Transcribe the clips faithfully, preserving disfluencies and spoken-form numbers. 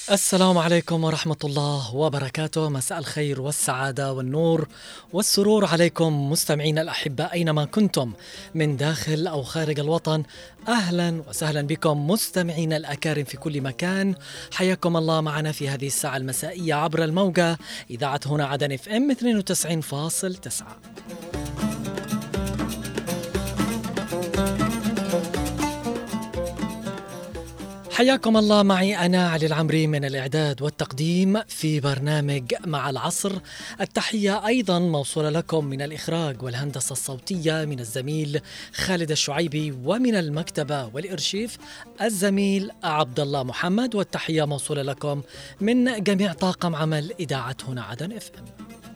السلام عليكم ورحمة الله وبركاته. مساء الخير والسعادة والنور والسرور عليكم مستمعين الأحباء أينما كنتم من داخل أو خارج الوطن. أهلا وسهلا بكم مستمعين الأكارم في كل مكان. حياكم الله معنا في هذه الساعة المسائية عبر الموجة إذاعة هنا عدن اف ام اثنين وتسعين فاصل تسعة. حياكم الله معي أنا علي العمري من الإعداد والتقديم في برنامج مع العصر. التحية أيضا موصولة لكم من الإخراج والهندسة الصوتية من الزميل خالد الشعيبي، ومن المكتبة والإرشيف الزميل عبد الله محمد، والتحية موصولة لكم من جميع طاقم عمل إذاعة هنا عدن اف ام.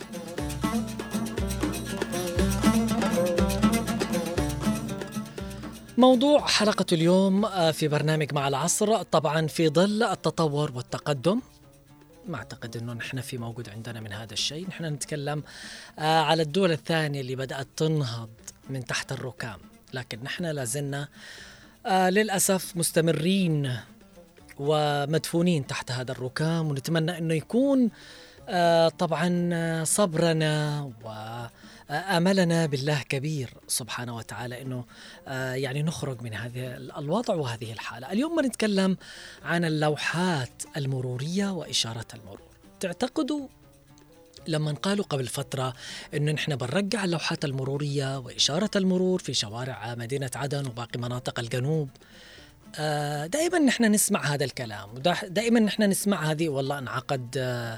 موضوع حلقة اليوم في برنامج مع العصر طبعا في ظل التطور والتقدم. ما أعتقد أنه نحن في موجود عندنا من هذا الشيء. نحن نتكلم على الدول الثانية اللي بدأت تنهض من تحت الركام، لكن نحن لازلنا للأسف مستمرين ومدفونين تحت هذا الركام، ونتمنى أنه يكون طبعا صبرنا و أملنا بالله كبير سبحانه وتعالى أنه يعني نخرج من هذا الوضع وهذه الحالة. اليوم بنتكلم عن اللوحات المرورية وإشارات المرور. تعتقدوا لما قالوا قبل فترة أنه نحن بنرجع اللوحات المرورية وإشارة المرور في شوارع مدينة عدن وباقي مناطق الجنوب؟ دائما نحن نسمع هذا الكلام، ودائما نحن نسمع هذه والله انعقد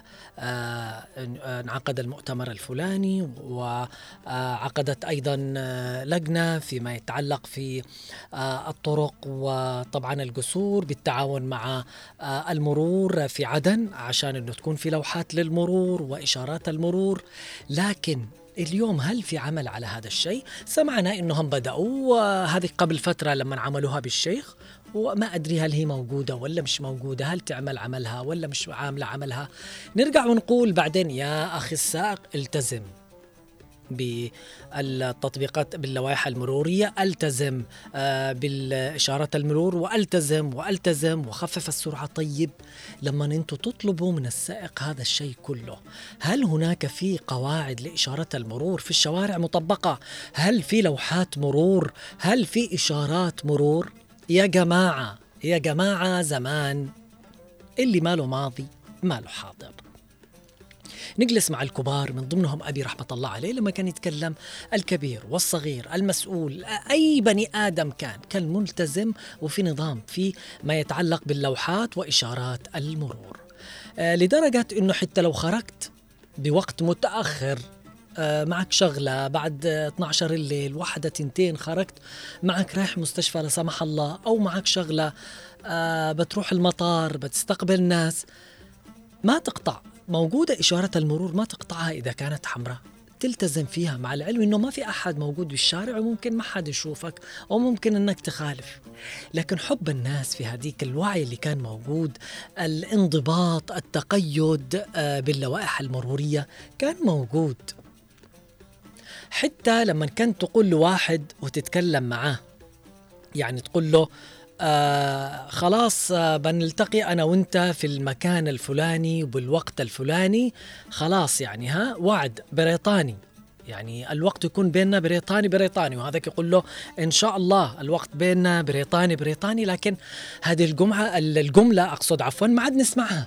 انعقد المؤتمر الفلاني، وعقدت ايضا لجنة فيما يتعلق في الطرق وطبعا الجسور بالتعاون مع المرور في عدن عشان انه تكون في لوحات للمرور واشارات المرور. لكن اليوم هل في عمل على هذا الشيء؟ سمعنا انهم بدأوا هذه قبل فترة لما عملوها بالشيخ، وما أدري هل هي موجودة ولا مش موجودة، هل تعمل عملها ولا مش عاملة عملها. نرجع ونقول بعدين يا أخي السائق التزم بالتطبيقات باللوائح المرورية، التزم بالإشارات المرور، والتزم والتزم وخفف السرعة. طيب لما أنتوا تطلبوا من السائق هذا الشيء كله، هل هناك في قواعد لإشارة المرور في الشوارع مطبقة؟ هل في لوحات مرور؟ هل في إشارات مرور؟ يا جماعة يا جماعة زمان اللي ماله ماضي ماله حاضر. نجلس مع الكبار من ضمنهم أبي رحمة الله عليه لما كان يتكلم، الكبير والصغير المسؤول أي بني آدم كان كان ملتزم وفي نظام في ما يتعلق باللوحات وإشارات المرور، آه لدرجة أنه حتى لو خرجت بوقت متأخر آه معك شغلة بعد اثني عشر الليل واحدة تنتين، خرجت معك رايح مستشفى لا سمح الله، أو معك شغلة آه بتروح المطار بتستقبل ناس، ما تقطع موجودة إشارة المرور، ما تقطعها إذا كانت حمراء، تلتزم فيها، مع العلم إنه ما في أحد موجود بالشارع وممكن ما حد يشوفك أو ممكن إنك تخالف. لكن حب الناس في هذيك الوعي اللي كان موجود، الانضباط، التقيد باللوائح المرورية كان موجود. حتى لما كنت تقول لواحد وتتكلم معاه، يعني تقول له آه خلاص آه بنلتقي أنا وانت في المكان الفلاني وبالوقت الفلاني، خلاص يعني ها وعد بريطاني، يعني الوقت يكون بيننا بريطاني بريطاني، وهذاك يقول له إن شاء الله الوقت بيننا بريطاني بريطاني. لكن هذه الجمعة الجملة أقصد عفوا ما عاد نسمعها.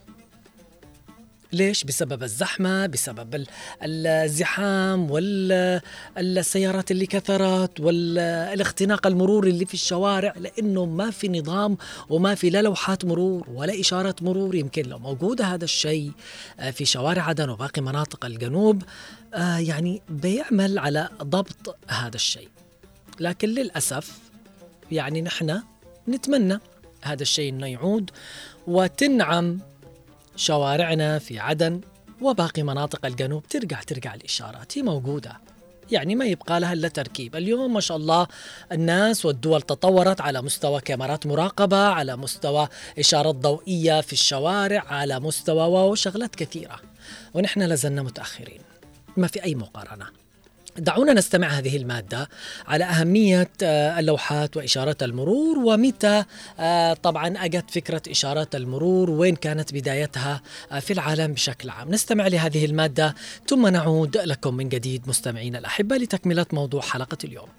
ليش؟ بسبب الزحمة، بسبب الزحام والسيارات اللي كثرت والاختناق المروري اللي في الشوارع، لأنه ما في نظام وما في لا لوحات مرور ولا إشارة مرور. يمكن لو موجود هذا الشيء في شوارع عدن وباقي مناطق الجنوب يعني بيعمل على ضبط هذا الشيء، لكن للأسف يعني نحن نتمنى هذا الشيء إنه يعود وتنعم شوارعنا في عدن وباقي مناطق الجنوب، ترجع ترجع الإشارات هي موجودة، يعني ما يبقى لها إلا تركيب. اليوم ما شاء الله الناس والدول تطورت على مستوى كاميرات مراقبة، على مستوى إشارات ضوئية في الشوارع، على مستوى وشغلات كثيرة، ونحن لازلنا متأخرين، ما في أي مقارنة. دعونا نستمع هذه المادة على أهمية اللوحات وإشارات المرور، ومتى طبعا أجت فكرة إشارات المرور، وين كانت بدايتها في العالم بشكل عام. نستمع لهذه المادة ثم نعود لكم من جديد مستمعين الأحبة لتكملة موضوع حلقة اليوم.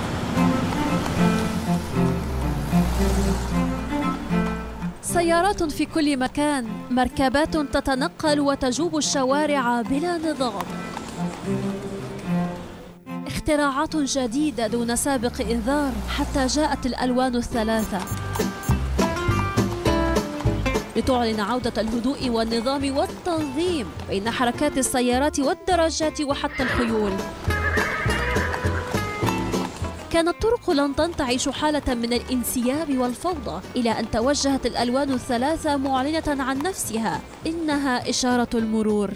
سيارات في كل مكان، مركبات تتنقل وتجوب الشوارع بلا نظام، اختراعات جديدة دون سابق إنذار، حتى جاءت الألوان الثلاثة لتعلن عودة الهدوء والنظام والتنظيم بين حركات السيارات والدراجات وحتى الخيول. كانت طرق لندن تعيش حالة من الانسياب والفوضى، إلى أن توجهت الألوان الثلاثة معلنة عن نفسها إنها إشارة المرور.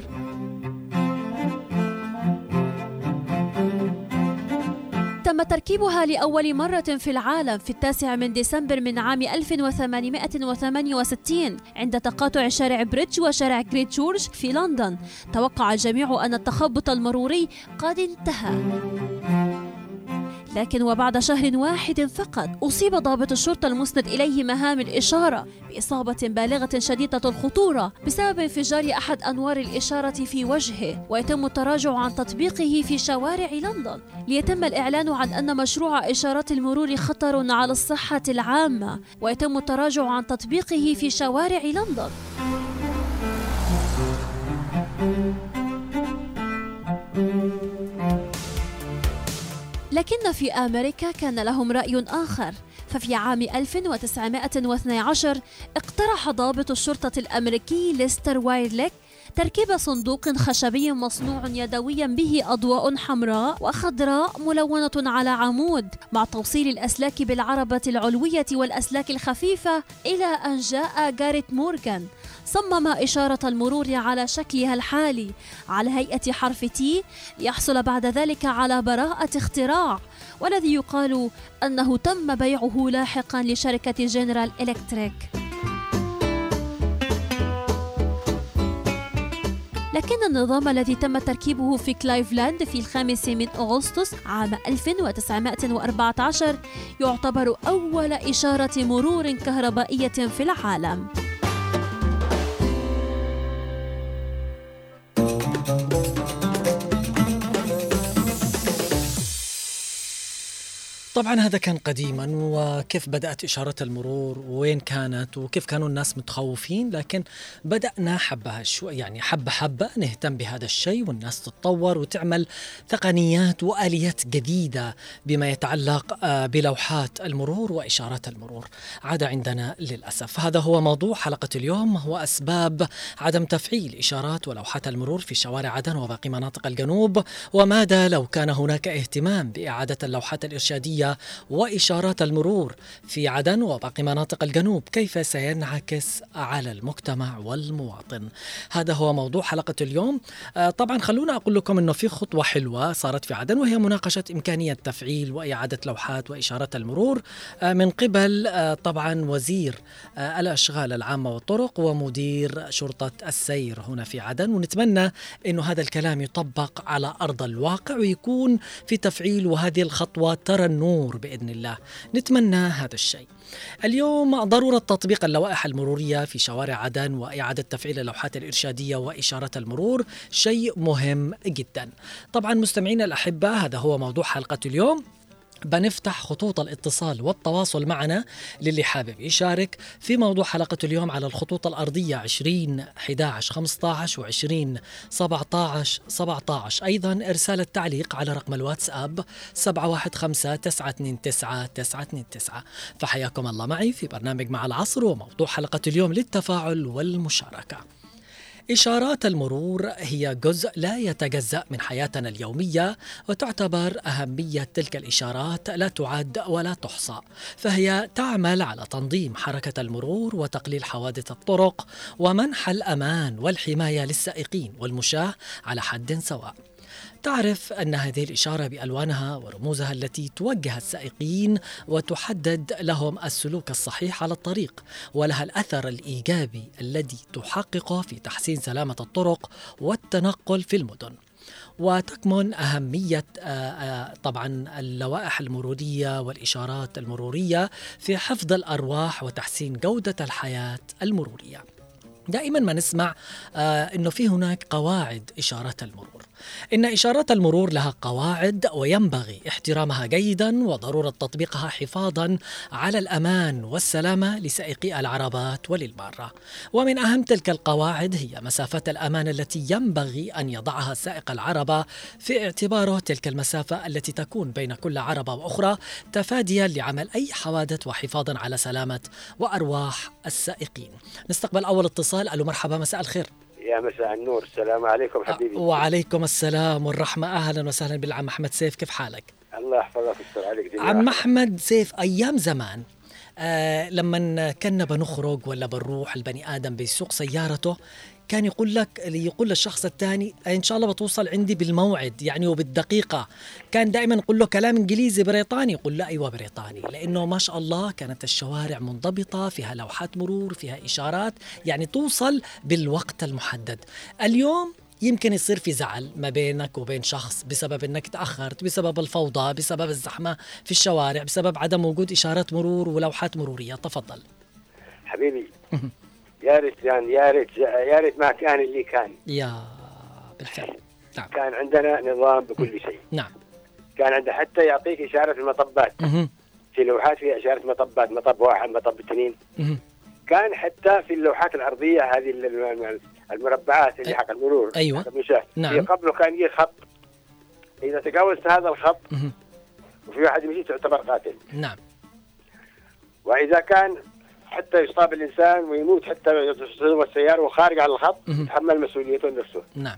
تم تركيبها لأول مرة في العالم في التاسع من ديسمبر من عام ألف وثمانمائة وثمانية وستين عند تقاطع شارع بريدج وشارع جريت جورج في لندن. توقع الجميع أن التخبط المروري قد انتهى، لكن وبعد شهر واحد فقط أصيب ضابط الشرطة المسند إليه مهام الإشارة بإصابة بالغة شديدة الخطورة بسبب انفجار أحد أنوار الإشارة في وجهه، ويتم التراجع عن تطبيقه في شوارع لندن، ليتم الإعلان عن أن مشروع إشارات المرور خطر على الصحة العامة، ويتم التراجع عن تطبيقه في شوارع لندن. لكن في أمريكا كان لهم رأي آخر، ففي عام ألف وتسعمائة واثني عشر اقترح ضابط الشرطة الأمريكي ليستر وايرليك تركيب صندوق خشبي مصنوع يدويا به أضواء حمراء وخضراء ملونة على عمود، مع توصيل الأسلاك بالعربة العلوية والأسلاك الخفيفة، إلى أن جاء جاريت مورغان صمم إشارة المرور على شكلها الحالي على هيئة حرف تي، ليحصل بعد ذلك على براءة اختراع، والذي يقال أنه تم بيعه لاحقا لشركة جنرال إلكتريك. لكن النظام الذي تم تركيبه في كلايفلاند في الخامس من أغسطس عام ألف وتسعمائة وأربعة عشر يعتبر أول إشارة مرور كهربائية في العالم. طبعا هذا كان قديما، وكيف بدأت إشارة المرور وين كانت وكيف كانوا الناس متخوفين، لكن بدأنا حبة شوي يعني حبة حبة نهتم بهذا الشيء، والناس تتطور وتعمل تقنيات وآليات جديدة بما يتعلق بلوحات المرور وإشارات المرور. عاد عندنا للأسف. هذا هو موضوع حلقة اليوم، هو أسباب عدم تفعيل إشارات ولوحات المرور في شوارع عدن وباقي مناطق الجنوب، وماذا لو كان هناك اهتمام بإعادة اللوحات الإرشادية وإشارات المرور في عدن وباقي مناطق الجنوب، كيف سينعكس على المجتمع والمواطن. هذا هو موضوع حلقة اليوم. آه طبعا خلونا أقول لكم أنه في خطوة حلوة صارت في عدن، وهي مناقشة إمكانية تفعيل وإعادة لوحات وإشارات المرور آه من قبل آه طبعا وزير آه الأشغال العامة والطرق ومدير شرطة السير هنا في عدن، ونتمنى أنه هذا الكلام يطبق على أرض الواقع ويكون في تفعيل، وهذه الخطوة ترى النور بإذن الله. نتمنى هذا الشيء. اليوم ضرورة تطبيق اللوائح المرورية في شوارع عدن وإعادة تفعيل اللوحات الإرشادية وإشارة المرور شيء مهم جدا. طبعا مستمعينا الأحبة، هذا هو موضوع حلقة اليوم. بنفتح خطوط الاتصال والتواصل معنا للي حابب يشارك في موضوع حلقة اليوم على الخطوط الأرضية عشرين أحد عشر خمسة عشر وعشرين سبعة عشر سبعة عشر. أيضا إرسال التعليق على رقم الواتساب سبعة واحد خمسة تسعة اثنين تسعة تسعة اثنين تسعة. فحياكم الله معي في برنامج مع العصر، وموضوع حلقة اليوم للتفاعل والمشاركة. إشارات المرور هي جزء لا يتجزأ من حياتنا اليومية، وتعتبر أهمية تلك الإشارات لا تعد ولا تحصى، فهي تعمل على تنظيم حركة المرور وتقليل حوادث الطرق ومنح الأمان والحماية للسائقين والمشاة على حد سواء. تعرف أن هذه الإشارة بألوانها ورموزها التي توجه السائقين وتحدد لهم السلوك الصحيح على الطريق، ولها الأثر الإيجابي الذي تحققه في تحسين سلامة الطرق والتنقل في المدن. وتكمن أهمية طبعا اللوائح المرورية والإشارات المرورية في حفظ الأرواح وتحسين جودة الحياة المرورية. دائما ما نسمع آه أنه في هناك قواعد إشارات المرور. إن إشارات المرور لها قواعد وينبغي احترامها جيدا وضرورة تطبيقها حفاظا على الأمان والسلامة لسائقي العربات وللمارة. ومن أهم تلك القواعد هي مسافة الأمان التي ينبغي أن يضعها سائق العربة في اعتباره تلك المسافة التي تكون بين كل عربة وأخرى، تفاديا لعمل أي حوادث وحفاظا على سلامة وأرواح السائقين. نستقبل أول اتصال. ألو مرحبا، مساء الخير. يا مساء النور، السلام عليكم حبيبي. وعليكم السلام والرحمة، أهلا وسهلا بالعم أحمد سيف، كيف حالك؟ الله يحفظك ويستر عليك. عم أحمد سيف، أيام زمان آه لما كنا بنخرج ولا بنروح البني آدم بيسوق سيارته كان يقول لك يقول للشخص الثاني إن شاء الله بتوصل عندي بالموعد يعني وبالدقيقة. كان دائما يقول له كلام إنجليزي بريطاني، يقول له أيوة بريطاني، لأنه ما شاء الله كانت الشوارع منضبطة، فيها لوحات مرور، فيها إشارات، يعني توصل بالوقت المحدد. اليوم يمكن يصير في زعل ما بينك وبين شخص بسبب أنك تأخرت، بسبب الفوضى، بسبب الزحمة في الشوارع، بسبب عدم وجود إشارات مرور ولوحات مرورية. تفضل حبيبي. يا ريت يعني يا ريت يا ريت ما كان اللي كان. يا بالفعل. نعم. كان عندنا نظام بكل شيء. نعم. كان عنده حتى يعطيك إشارة المطبات. في لوحات فيها إشارة مطبات، مطب واحد، مطب اثنين. كان حتى في اللوحات الأرضية هذه المربعات اللي حق المرور. أيوة. نعم. في قبله كان يجي خط، إذا تجاوزت هذا الخط وفي واحد يمشي تعتبر قاتل. نعم. وإذا كان حتى يصاب الإنسان ويموت حتى يصيب السيارة وخارج على الخط يتحمل مسؤوليته نفسه. نعم.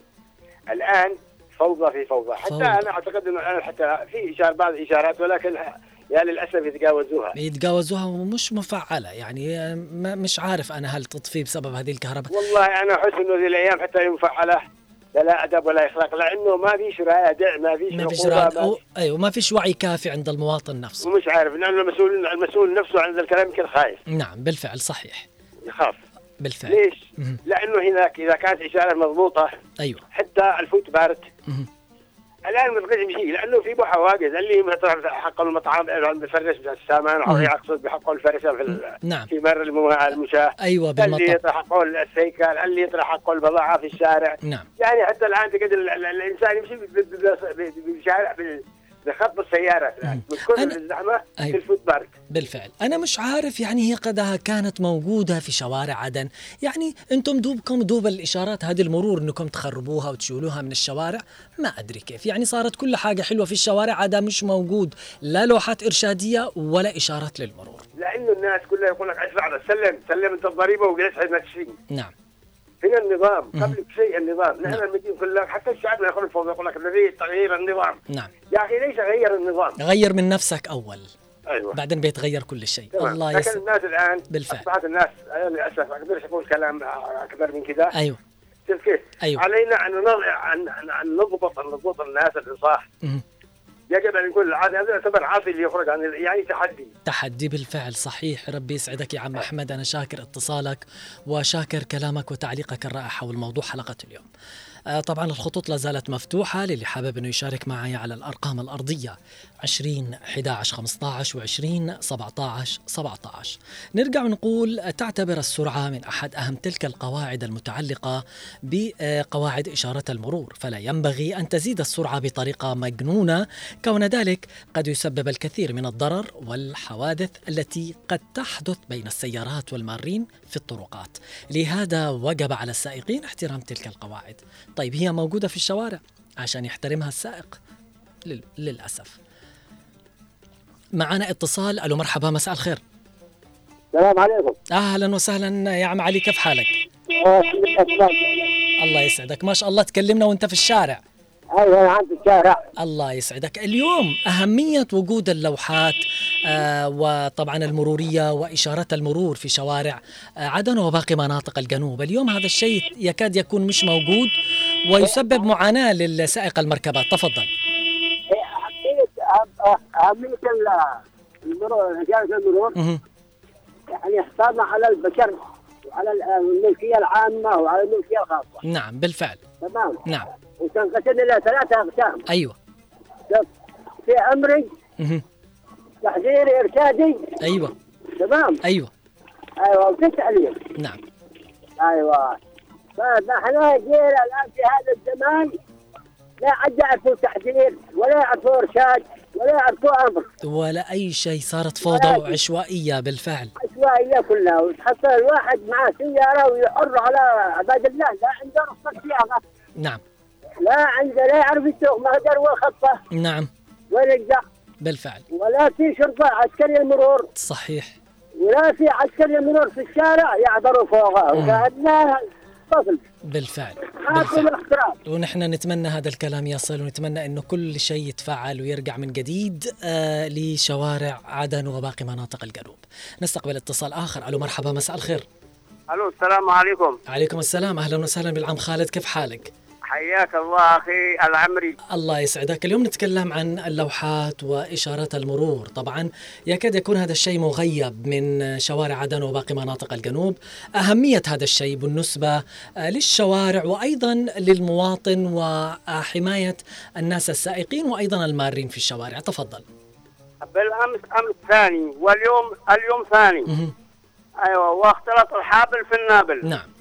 الآن فوضى في فوضى. حتى فوضى. أنا أعتقد إنه الآن حتى في إشارة بعض الإشارات ولكن يا للأسف يتجاوزوها. يتجاوزوها ومش مفعلة، يعني ما مش عارف أنا هل تطفي بسبب هذه الكهرباء. والله أنا أحس إنه ذي الأيام حتى مفعلة لا لا أدب ولا إخلاق، لأنه ما فيش رادع، ما فيش ما فيش رادع، أيوة ما فيش وعي كافي عند المواطن نفسه. ومش عارف لأنه المسؤول المسؤول نفسه عند الكلام يمكن خايف. نعم بالفعل صحيح. يخاف. بالفعل. ليش؟ مه. لأنه هناك إذا كانت إشارة مضبوطة. أيوة. حتى الفوت بارد. مه. الآن ما تقدر يمشي لأنه في حواجز اللي حق المطعم بفرش السامان أو يقصد بحقه الفرشة في نعم. في مر المشاة. أيوة بالمطعم. اللي يطرح حقه السيكل، اللي يطرح حقه البضاعة في الشارع. نعم. يعني حتى الآن تقدر الإنسان يمشي بالشارع بخط السيارة من كل الزحمة. أيوة. في الفوت بارد. بالفعل أنا مش عارف يعني هي قدها كانت موجودة في شوارع عدن، يعني أنتم دوبكم دوب الإشارات هذه المرور أنكم تخربوها وتشيلوها من الشوارع، ما أدري كيف يعني صارت كل حاجة حلوة في الشوارع عدا مش موجود لا لوحات إرشادية ولا إشارات للمرور. لأنه الناس كلها يقول لك اسمع سلم سلم أنت الضريبة وجلس حد ما تشفي. نعم. هنا النظام قبل شيء النظام. نحن المدينة كلها حتى الشعب ياخذ الفوضى يقول لك نريد تغيير النظام. نعم. يا أخي ليش غير النظام؟ غير من نفسك أول. أيوة. بعدين بيتغير كل شيء. الله يسلمك. لكن الناس الآن بالفعل أصبحت الناس أنا للأسف ما أقدرش أقول كلام أكبر من كذا. أيوة. شوف كيف؟ أيوة. علينا أن أن أن نضبط نضبط الناس الإنصاف. يجب أن يكون العادي هذا يعتبر عاصي اللي يخرج عن يعني تحدي. تحدي بالفعل صحيح. ربي يسعدك يا عم أحمد، أنا شاكر اتصالك وشاكر كلامك وتعليقك الرائع حول موضوع حلقة اليوم. آه طبعا الخطوط لا زالت مفتوحة للي حابب أنه يشارك معي على الأرقام الأرضية عشرين أحد عشر خمسة عشر وعشرين سبعة عشر سبعة عشر. نرجع ونقول تعتبر السرعة من أحد أهم تلك القواعد المتعلقة بقواعد إشارة المرور، فلا ينبغي أن تزيد السرعة بطريقة مجنونة، كون ذلك قد يسبب الكثير من الضرر والحوادث التي قد تحدث بين السيارات والمارين في الطرقات. لهذا وجب على السائقين احترام تلك القواعد. طيب هي موجودة في الشوارع عشان يحترمها السائق للأسف. معنا اتصال. ألو مرحبا، مساء الخير. السلام عليكم. أهلا وسهلا يا عم علي، كيف حالك؟ الله يسعدك، ما شاء الله تكلمنا وانت في الشارع. ايوه انا عند الشارع. الله يسعدك. اليوم أهمية وجود اللوحات آه وطبعا المرورية وإشارات المرور في شوارع آه عدن وباقي مناطق الجنوب، اليوم هذا الشيء يكاد يكون مش موجود، ويسبب معاناة للسائق المركبات. تفضل. أهمية المرور إشارة المرور يعني حفاظا على البشر وعلى الملكية العامة وعلى الملكية الخاصة. نعم بالفعل. تمام. نعم. وتنقسم إلى ثلاثة أقسام. أيوة. في أمري تحذيري إرشادي. أيوة. تمام. أيوة. أيوة وفي تعليم. نعم. أيوة. فنحن جينا الآن في هذا الزمان لا عاد يعرفوا تحذير ولا يعرفوا إرشاد ولا يعرفوا أمر ولا أي شيء. صارت فوضى وعشوائية بالفعل. عشوائية كلها. وتحصل الواحد معه سيارة ويحر على عباد الله لا عنده رخصة سيارة. نعم. لا عنده لا يعرف يسوق مهدر والخطة. نعم. ولا يقدر. بالفعل. ولا في شرطة عسكري المرور. صحيح. ولا في عسكري المرور في الشارع يعبروا فوقها وكأنها طفل. بالفعل. بالفعل. ونحن نتمنى هذا الكلام يصل ونتمنى انه كل شيء يتفعل ويرجع من جديد آه لشوارع عدن وباقي مناطق الجنوب. نستقبل اتصال اخر. الو مرحبا، مساء الخير. الو السلام عليكم. عليكم السلام، اهلا وسهلا بالعم خالد، كيف حالك؟ حياك الله اخي العمري. الله يسعدك. اليوم نتكلم عن اللوحات وإشارات المرور. طبعا يكاد يكون هذا الشيء مغيب من شوارع عدن وباقي مناطق الجنوب. أهمية هذا الشيء بالنسبة للشوارع وأيضا للمواطن وحماية الناس السائقين وأيضا المارين في الشوارع. تفضل. بالأمس أمس ثاني واليوم اليوم ثاني. أيوة. واختلط الحابل في النابل. نعم.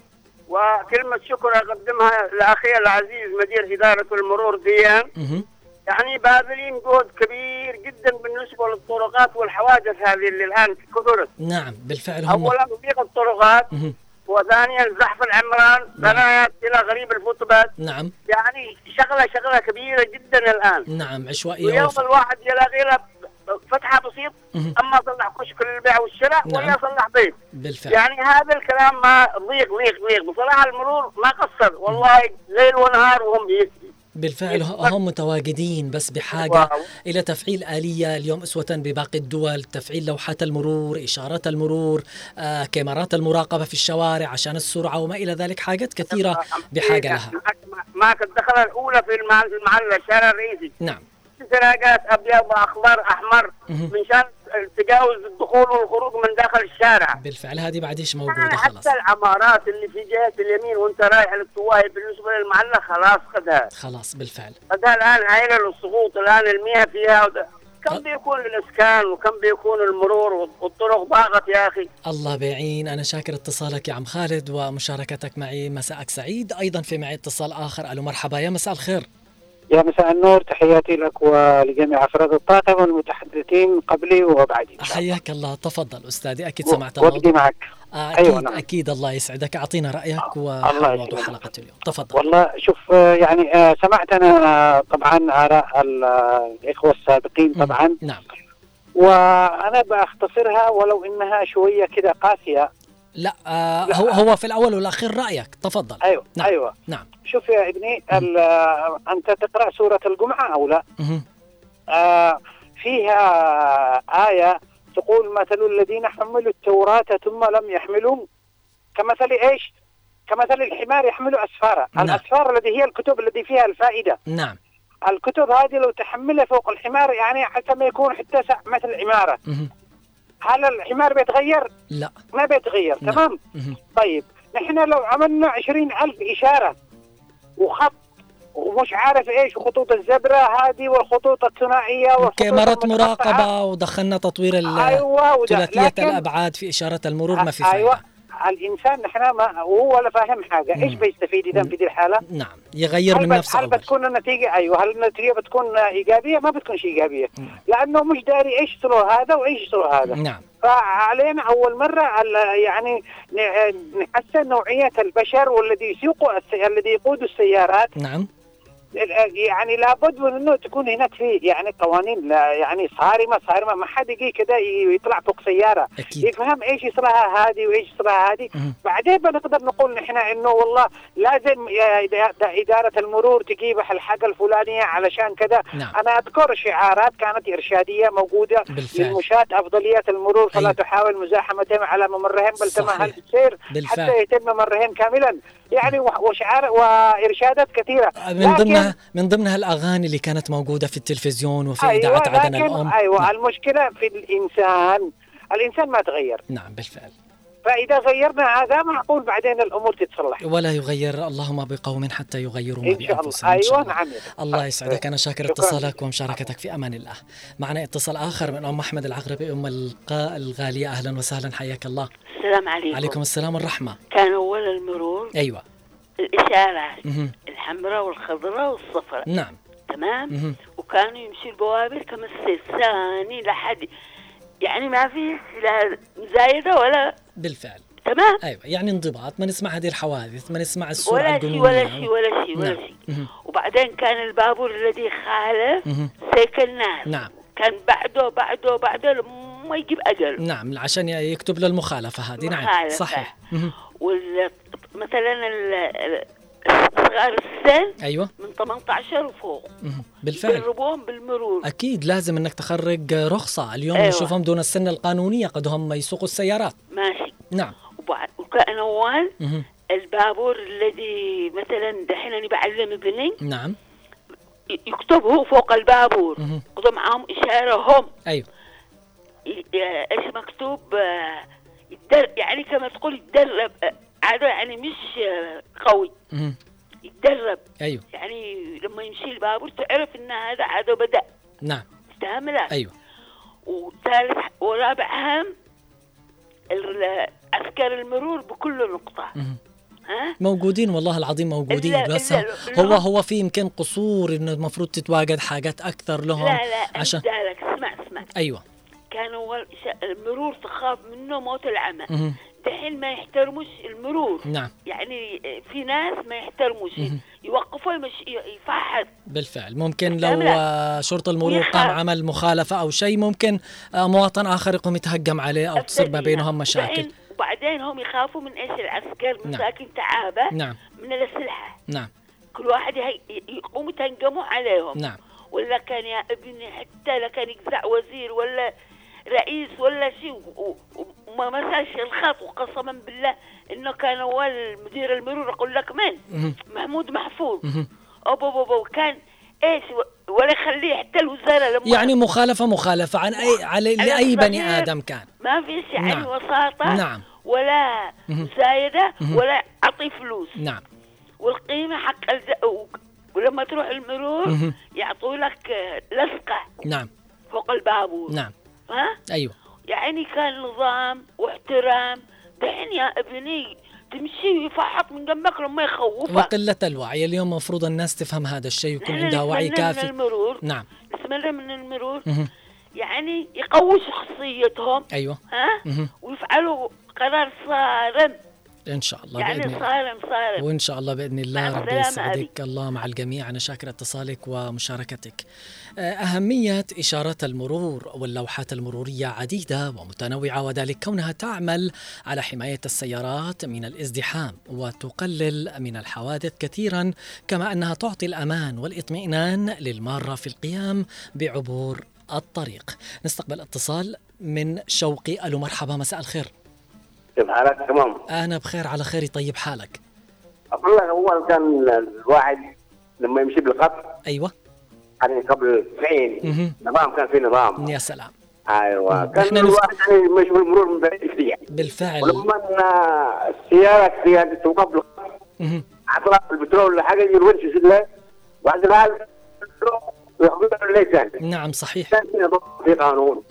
وكلمة شكر أقدمها لأخي العزيز مدير إدارة المرور ديان. مه. يعني باذلين جهد كبير جدا بالنسبة للطرقات والحوادث هذه اللي الآن كثرت. نعم بالفعل. هم أولا ضيق الطرقات. مه. وثانيا زحف العمران. بنايات إلى غريب الفوتبات. نعم. يعني شغلة شغلة كبيرة جدا الآن. نعم عشوائية. ويوم وف... الواحد يلاقي له فتحة بسيط. مه. أما صلح كشك للبيع والشراء. نعم. ولا صلح بيت. بالفعل. يعني هذا الكلام ما ضيق ضيق ضيق. بصراحة المرور ما قصر والله ليل ونهار وهم بيسي. بالفعل هم متواجدين بس بحاجة واو. إلى تفعيل آلية اليوم أسوة بباقي الدول، تفعيل لوحات المرور، إشارات المرور، آه، كاميرات المراقبة في الشوارع عشان السرعة وما إلى ذلك. حاجات كثيرة بحاجة لها. معك الدخلة الأولى في المحل الشارع الرئيسي. نعم. سراجات أبيض وأخضر أحمر من شان تجاوز الدخول والخروج من داخل الشارع. بالفعل هذه بعديش موجودة خلاص. حتى العمارات اللي في جهة اليمين وانت رايح للطواهي بالنسبة للمحلة خلاص خدها. خلاص بالفعل. خدها الآن عائلة للسقوط الآن المياه فيها وده. كم بيكون الإسكان وكم بيكون المرور والطرق ضاغط يا أخي. الله بيعين. أنا شاكر اتصالك يا عم خالد ومشاركتك معي. مساءك سعيد. أيضا في معي اتصال آخر. ألو مرحبا، يا مساء الخير. يا مساء النور، تحياتي لك ولجميع أفراد الطاقم والمتحدثين قبلي وبعدي. حياك الله. تفضل أستاذي، أكيد سمعت وقتي معك. آه أكيد أيوة نعم. أكيد. الله يسعدك. أعطينا رأيك وموضوع حلقة اليوم. تفضل. والله شوف يعني سمعت أنا طبعا آراء الإخوة السابقين طبعا. نعم. وأنا بأختصرها ولو إنها شوية كده قاسية. لا, آه لا هو هو في الأول والأخير رأيك. تفضل. أيوة. نعم. أيوة. نعم. شوف يا ابني، أنت تقرأ سورة الجمعة أو لا؟ آه فيها آية تقول مثل الذين حملوا التوراة ثم لم يحملوا كمثل إيش؟ كمثل الحمار يحمل أسفارا. نعم. الأسفار التي هي الكتب التي فيها الفائدة. نعم. الكتب هذه لو تحملها فوق الحمار يعني حتى ما يكون حتى مثل عمارة. مه. هل الحمار بيتغير؟ لا ما بيتغير. نعم. تمام. مه. طيب نحن لو عملنا عشرين ألف إشارة وخط ومش عارف ايش وخطوط الزبرة هذه والخطوط الثنائية وكاميرات مراقبة ودخلنا تطوير أيوة ثلاثية لكن... الأبعاد في إشارة المرور ما في فايدة. أيوة. الإنسان نحن ما هو ولا فاهم حاجة. مم. إيش بيستفيد إذا في دي الحالة؟ نعم يغير من نفسه. هل بتكون النتيجة أيوة هل النتيجة بتكون إيجابية؟ ما بتكونش إيجابية. مم. لأنه مش داري إيش يشتروا هذا وإيش يشتروا هذا. نعم. فعلينا أول مرة يعني نحسن نوعية البشر والذي يسوقوا السي... الذي يقودوا السيارات. نعم. يعني لابد من انه تكون هناك في يعني قوانين لا يعني صارمه صارمه، ما حد يجي كذا يطلع فوق سياره أكيد. يفهم ايش يصلها هذه وايش يصلها هذه، بعدين بنقدر نقول نحن انه والله لازم اداره المرور تجيب الحاجه الفلانيه علشان كذا. نعم. انا اذكر شعارات كانت ارشاديه موجوده للمشاة افضليه المرور، فلا أيوه. تحاول مزاحمتهم على ممرهم بل تمهل السير حتى يتم ممرهم كاملا، يعني وشعار وارشادات كثيره. من ضمنها من ضمنها الاغاني اللي كانت موجوده في التلفزيون وفي أيوة اذاعه عدن الام. ايوه نعم. المشكله في الانسان، الانسان ما تغير. نعم بالفعل. فاذا غيرنا هذا معقول بعدين الامور تتصلح. ولا يغير الله بقوم حتى يغيروا ما بانفسهم. ايوه نعم. الله يسعدك، انا شاكر شكرا. اتصالك ومشاركتك في امان الله. معنا اتصال اخر من ام احمد العقربي، ام القاء الغاليه، اهلا وسهلا، حياك الله. السلام عليكم. عليكم السلام والرحمه. كان اول المرور ايوه الاشارات مه. الحمراء والخضراء والصفراء. نعم تمام. مه. وكانوا يمشي البوابر كما السير ثاني لحد، يعني ما في لا مزايده ولا. بالفعل. تمام. ايوه يعني انضباط، ما نسمع هذه الحوادث، ما نسمع السرعه ولا الجنونيه ولا شيء ولا شيء ولا شيء. نعم. وبعدين كان البابور الذي خالف سيك الناس. نعم. كان بعده بعده بعده ما يجيب اجل. نعم عشان يكتب له المخالفه هذه. نعم صحيح. مثلا صغار السن ايوه من ثمانية عشر وفوق بالفعل يجربوهم بالمرور. اكيد لازم انك تخرج رخصه اليوم. أيوة. نشوفهم دون السن القانونيه قد هم يسوقوا السيارات. ماشي. نعم. وكان اول البابور الذي مثلا دحين انا بعلم ابني. نعم. يكتبه فوق البابور ياخذوا معاهم اشاره هم. ايوه ايش مكتوب يتدرب، يعني كما تقول يتدرب عادة، يعني مش قوي مه. يتدرب. ايوه يعني لما يمشي البابور تعرف ان هذا عادة بدأ. نعم استهملات. ايوه. وثالث ورابع اهم عسكر المرور بكل نقطة. مه. ها؟ موجودين والله العظيم موجودين. إلا بس إلا هو هو في يمكن قصور انه المفروض تتواجد حاجات اكثر لهم. لا لا عشان لك اسمع اسمع. ايوه كانوا المرور تخاف منه موت العمى. دحين ما يحترموش المرور. نعم. يعني في ناس ما يحترموش يوقفوا يمشي يفحص. بالفعل ممكن لو شرطة المرور قام عمل مخالفة أو شيء ممكن مواطن آخر يقوم يتهجم عليه أو تصير ما بينهم مشاكل. وبعدين هم يخافوا من إيش العسكر مساكن. نعم. تعابة. نعم. من الأسلحة. نعم. كل واحد يقوم يتهجموا عليهم. نعم. ولا كان يا ابني حتى لا كان يجزع وزير ولا رئيس ولا شيء وما مساش الخط، وقسما بالله انه كان اول مدير المرور اقول لك من محمود محفوظ ابو ابو كان ايش ولا يخليه حتى الوزاره لما يعني مخالفه مخالفه عن اي على لاي بني ادم كان ما فيش يعني. نعم. وساطه. نعم. ولا زايده ولا اعطي فلوس. نعم. والقيمه حق الز... ولما تروح المرور يعطوا لك لصقه. نعم. فوق البابور. نعم. ها؟ ايوه يعني كان نظام واحترام. دحين يا ابني تمشي ويفحط من جنبك لما يخوفك. وقلة الوعي اليوم مفروض الناس تفهم هذا الشيء ويكون عندها وعي كافي. من المرور. نعم. نتمنى من المرور مه. يعني يقوي شخصيتهم. ايوه. ها مه. ويفعلوا قرار صارم ان شاء الله. يعني بإذن صارم صارم وان شاء الله باذن الله. ربي يسعدك. الله مع الجميع. انا شاكر اتصالك ومشاركتك. أهمية إشارات المرور واللوحات المرورية عديدة ومتنوعة، وذلك كونها تعمل على حماية السيارات من الازدحام وتقلل من الحوادث كثيرا، كما أنها تعطي الأمان والاطمئنان للمارة في القيام بعبور الطريق. نستقبل اتصال من شوقي. ألو مرحبا، مساء الخير. كيف حالك؟ تمام. أنا بخير على خير. طيب حالك؟ أقول لك أول كان الواحد لما يمشي بالخط. أيوة. يعني قبل تسعين نظام، كان في نظام. يا سلام. ايوه كان الواحد يعني مش بالمرور من بعيد كثير. بالفعل. ولما السياره سياره توقف بالخط عطلة البترول ولا حاجه يرونش يسد بعد الحال ياخذوا له ثاني. نعم صحيح. كان في قانون.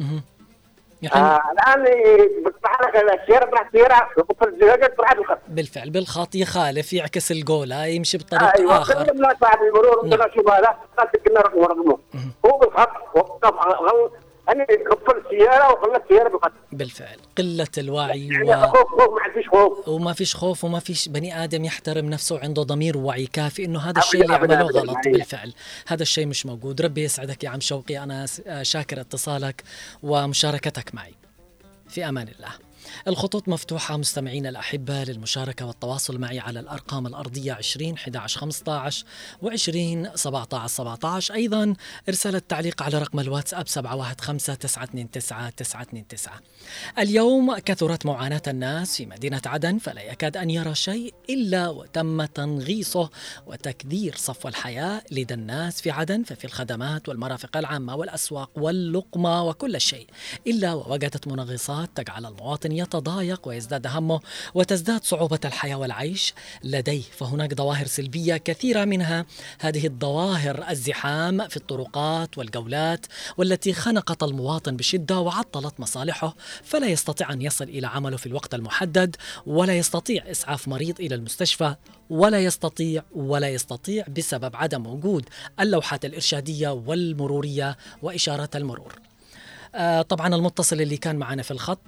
آه الان بتحرك السياره بتاعت السياره يوقف الزجاجات بتاعت الخط. بالفعل بالخط يخالف يعكس الجوله يمشي بطريق آه أيوة. اخر. ايوه لا بعد المرور بدنا شو هذا قالت لنا رقم رقمه هو بالخط وقف غلط أنا قفل السيارة وخلت السيارة بقتل. بالفعل قلة الوعي يعني و... خوف خوف ما فيش خوف وما فيش خوف وما فيش بني آدم يحترم نفسه وعنده ضمير ووعي كافي إنه هذا أبداً الشيء اللي أبداً عمله أبداً غلط. معي. بالفعل هذا الشيء مش موجود. ربي يسعدك يا عم شوقي، أنا شاكر اتصالك ومشاركتك معي. في أمان الله. الخطوط مفتوحة مستمعينا الأحبة للمشاركة والتواصل معي على الأرقام الأرضية عشرين أحد عشر خمسة عشر وعشرين سبعة عشر سبعة عشر. أيضا إرسال التعليق على رقم الواتساب سبعة واحد خمسة تسعة اثنين تسعة تسعة اثنين تسعة. اليوم كثرت معاناة الناس في مدينة عدن، فلا يكاد أن يرى شيء إلا وتم تنغيصه وتكدير صفو الحياة لدى الناس في عدن، ففي الخدمات والمرافق العامة والأسواق واللقمة وكل شيء، إلا ووجدت منغصات تجعل المواطن يتضايق ويزداد همه وتزداد صعوبة الحياة والعيش لديه. فهناك ظواهر سلبية كثيرة، منها هذه الظواهر الزحام في الطرقات والجولات، والتي خنقت المواطن بشدة وعطلت مصالحه، فلا يستطيع أن يصل إلى عمله في الوقت المحدد، ولا يستطيع إسعاف مريض إلى المستشفى، ولا يستطيع ولا يستطيع بسبب عدم وجود اللوحات الإرشادية والمرورية وإشارات المرور. آه طبعا المتصل اللي كان معنا في الخط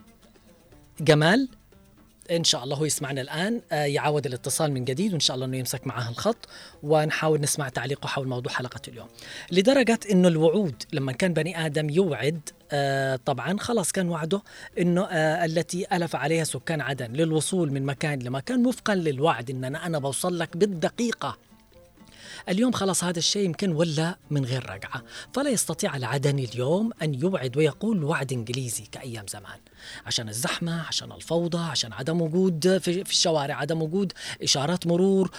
جمال، إن شاء الله هو يسمعنا الآن، آه يعاود الاتصال من جديد، وإن شاء الله أنه يمسك معاه الخط ونحاول نسمع تعليقه حول موضوع حلقة اليوم. لدرجة أنه الوعود لما كان بني آدم يوعد، آه طبعا خلاص كان وعده أنه آه التي ألف عليها سكان عدن للوصول من مكان لمكان وفقا للوعد أن أنا, أنا بوصل لك بالدقيقة. اليوم خلاص هذا الشيء يمكن ولا من غير رجعة، فلا يستطيع العدني اليوم أن يوعد ويقول وعد إنجليزي كأيام زمان، عشان الزحمة، عشان الفوضى، عشان عدم وجود في الشوارع، عدم وجود إشارات مرور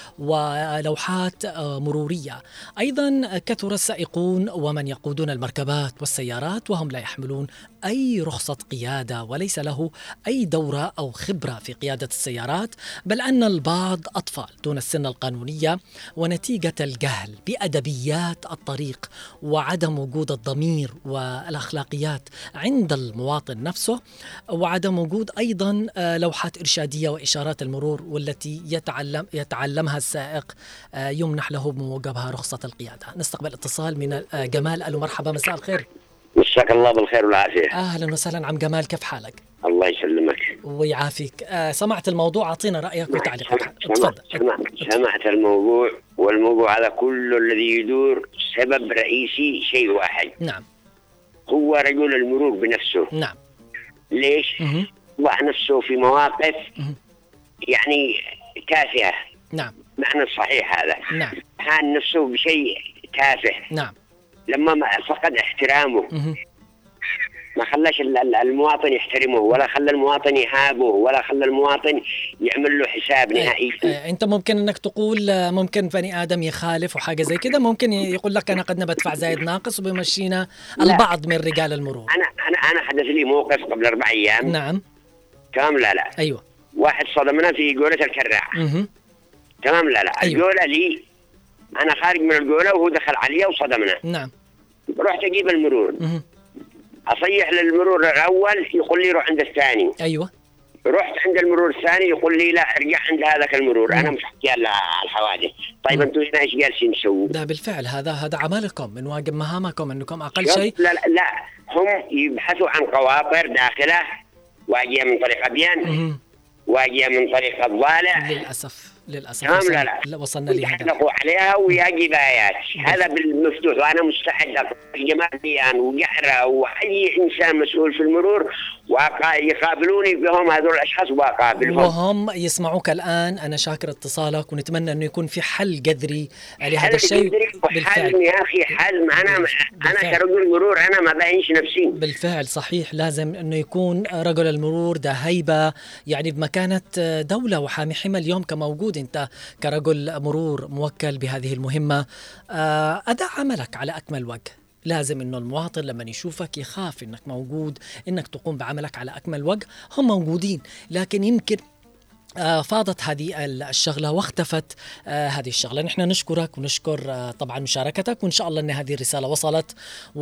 ولوحات مرورية. أيضا كثر السائقون ومن يقودون المركبات والسيارات وهم لا يحملون أي رخصة قيادة، وليس له أي دورة أو خبرة في قيادة السيارات، بل أن البعض أطفال دون السن القانونية، ونتيجة الجهل بأدبيات الطريق وعدم وجود الضمير والأخلاقيات عند المواطن نفسه، وعدم وجود أيضا لوحات إرشادية وإشارات المرور والتي يتعلم يتعلمها السائق يمنح له بموجبها رخصة القيادة. نستقبل اتصال من جمال. ألو مرحبا، مساء الخير. مساك الله بالخير والعافية. أهلا وسهلا عم جمال، كيف حالك؟ الله يسلمك ويعافيك. آه سمعت الموضوع، أعطينا رأيك وتعليقك. سمعت, سمعت, سمعت الموضوع، والموضوع هذا كله الذي يدور سبب رئيسي شيء واحد. نعم. هو رجل المرور بنفسه. نعم. ليش؟ وضع نفسه في مواقف مه. يعني تافهة. نعم. معنى الصحيح هذا. نعم. هان نفسه بشيء تافه. نعم. لما فقد احترامه، مه. ما خلاش المواطن يحترمه، ولا خلى المواطن يهابه، ولا خلى المواطن يعمل له حساب نهائي. اه انت ممكن انك تقول ممكن بني ادم يخالف وحاجه زي كده، ممكن يقول لك انا قد بدفع زايد ناقص وبيمشينا البعض من رجال المرور. انا انا انا حدث لي موقف قبل اربع ايام. نعم. تمام. لا لا ايوه. واحد صدمنا في جوله الكراع. اها. تمام. لا لا أيوة. الجوله لي انا خارج من الجوله وهو دخل علي وصدمنا. نعم. رحت اجيب المرور. اها. اصيح للمرور الاول يقول لي روح عند الثاني. ايوه. رحت عند المرور الثاني يقول لي لا ارجع عند هذاك المرور. مم. انا مش حكي على الحوادث. طيب مم. انتم هنا ايش جالسين تسووا؟ ده بالفعل هذا هذا عملكم من واجب مهامكم، انكم اقل شوف، شيء. لا, لا لا هم يبحثوا عن قواطر داخله واجيه من طريق ابيان، مه. واجيه من طريق الضالع. للاسف للاسف تمام. وصل... لا لا وصلنا لهذا. يحلقوا عليها ويا جبايات. هذا بالمفتوح، وانا مستعد جماعة بيان وجحرة واي انسان مسؤول في المرور ويقابلوني بهم هذول الاشخاص واقابلهم وهم يسمعوك الان. انا شاكر اتصالك ونتمنى انه يكون في حل جذري لهذا الشيء. بالفعل يا اخي حل. انا انا كرجل مرور انا ما باينش نفسي. بالفعل صحيح، لازم انه يكون رجل المرور ده هيبه، يعني بمكانه دوله وحامي حمى. اليوم كموجود انت كرجل مرور موكل بهذه المهمه، اداء عملك على اكمل وجه. لازم انه المواطن لما يشوفك يخاف انك موجود، انك تقوم بعملك على اكمل وجه. هم موجودين، لكن يمكن آه فاضت هذه الشغلة واختفت آه هذه الشغلة. نحن نشكرك ونشكر آه طبعا مشاركتك، وإن شاء الله أن هذه الرسالة وصلت.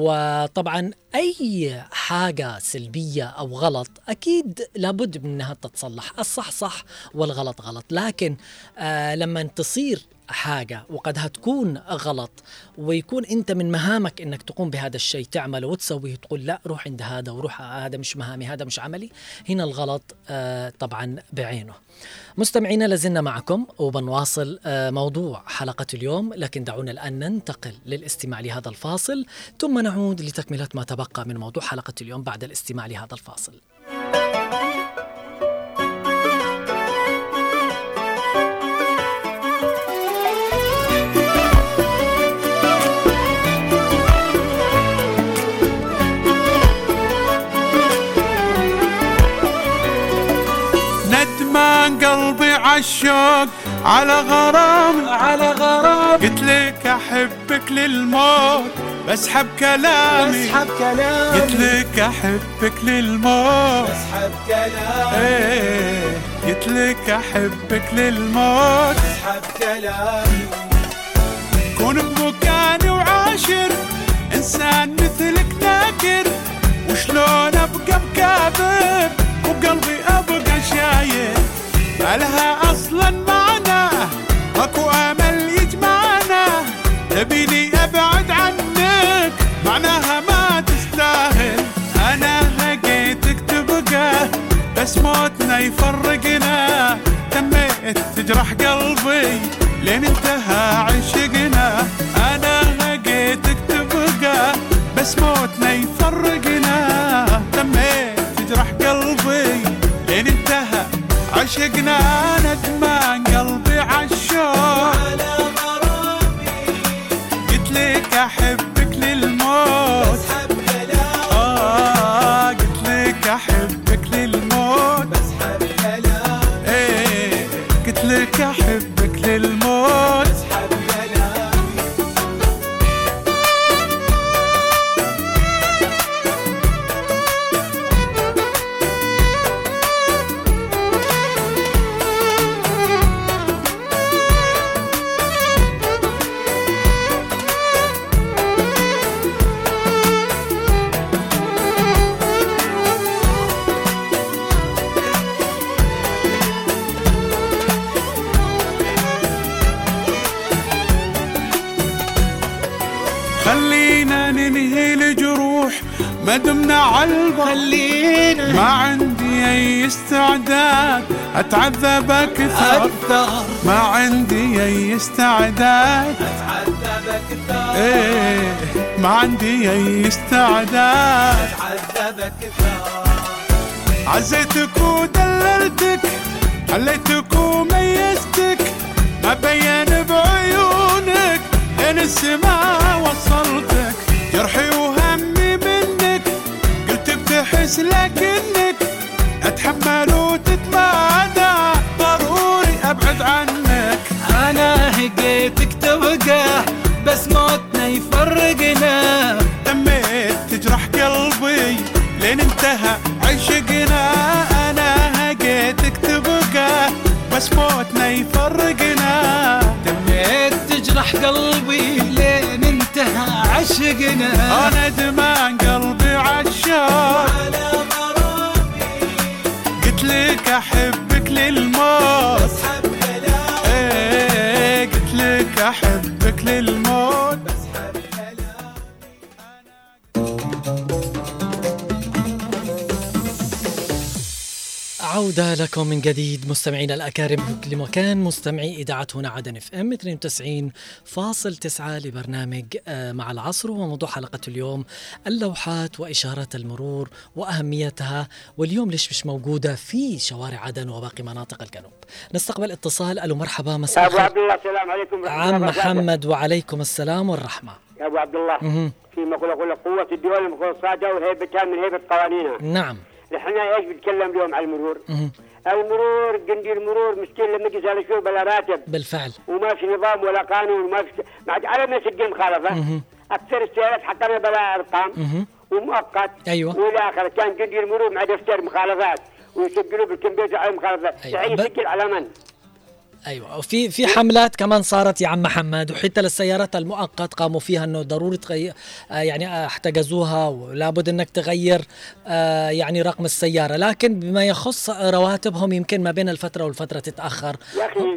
وطبعا أي حاجة سلبية أو غلط أكيد لابد من أنها تتصلح. الصح صح والغلط غلط، لكن آه لما تصير حاجة وقد هتكون غلط ويكون أنت من مهامك أنك تقوم بهذا الشيء تعمله وتسويه، تقول لا روح عند هذا وروح هذا مش مهامي هذا مش عملي، هنا الغلط آه طبعا بعينه. مستمعينا لازلنا معكم وبنواصل آه موضوع حلقة اليوم، لكن دعونا الآن ننتقل للاستماع لهذا الفاصل ثم نعود لتكملة ما تبقى من موضوع حلقة اليوم بعد الاستماع لهذا الفاصل. ندمان قلبي عالشوق على غرام على غرام، قلت لك احبك للموت بسحب كلامي بسحب كلامي، قلت لك احبك للموت بسحب كلامي، ايه قلت لك احبك للموت بسحب كلامي. كون بمكاني وعاشر انسان مثلك ناكر، وشلون ابقى مكابر وبقلبي ابقى شاير، ما لها اصلا معنى اكو امل يجمعنا، تبيني ابعد عنك معناها ما تستاهل، انا لقيتك تبقى بس موتنا يفرقنا، تميت تجرح قلبي لين انتهى عشقنا، انا لقيتك تبقى بس موتنا يفرقنا، تميت تجرح قلبي لين انتهى عشقنا. ندمان قلبي عالشوق على غرامي، قلت لك احبك للموت بسحب كلامي، اه قلت لك احبك للموت بسحب كلامي، ايه قلت لك احبك للموت بسحب كلامي. خلينا ننهي الجروح ما دمنا عالبر، خلينا ما عندي اي استعداد اتعذب اكثر، ما عندي اي استعداد اتعذب اكثر، ايه ما عندي اي استعداد اتعذب اكثر. عزيتك ودللتك خليتك وميزتك، ما بين بعيونك لين السما وصلتك، جرحي وهمي منك قلت بتحس لكنك اتحمل وتتمادى، ضروري ابعد عنك، انا هقيتك تبقى بس موتنا يفرقنا، تميت تجرح قلبي لين انتهى عشقنا، انا هقيتك تبقى بس موتنا يفرقنا، تميت تجرح قلبي لين انتهى عشقنا، انا ندمان قلبي عالشوق على غرامي، قلت لك احبك للموت بسحب كلامي، ايه قلت لك احبك للموت بسحب كلامي. عودة لكم من جديد مستمعينا الأكارم لمكان مستمعي إذاعة هنا عدن اف ام اثنين وتسعين فاصل تسعة لبرنامج مع العصر، وموضوع حلقة اليوم اللوحات وإشارات المرور وأهميتها، واليوم ليش مش موجودة في شوارع عدن وباقي مناطق الجنوب. نستقبل اتصال. ألو مرحبا، مساء أبو عبد الله السلام عليكم. عم محمد وعليكم السلام والرحمة. يا أبو عبد الله مه. في مقولة أقول لك قوة الدول المفروض صادة وهيبتها من هيبة قوانينها. نعم. نحن ايش بنتكلم اليوم على المرور؟ مه. المرور قنديل المرور مسكين لما يجي على شو بلا راتب بالفعل، وما في نظام ولا قانون وما في ما على ما يسجل مخالفة. مه. أكثر السيارات حطنا بلا أرقام مه. ومؤقت. أيوة. والآخر كان قنديل المرور مع دفتر مخالفات ويسجلوا بالكمبيوتر على المخالفات. أيوة. يعني ب... يسجل على من؟ ايوه، وفي في حملات كمان صارت يا عم محمد، وحتى للسيارات المؤقت قاموا فيها انه ضروري تغير، آه يعني احتجزوها ولابد انك تغير آه يعني رقم السياره، لكن بما يخص رواتبهم يمكن ما بين الفتره والفتره تتاخر. يا اخي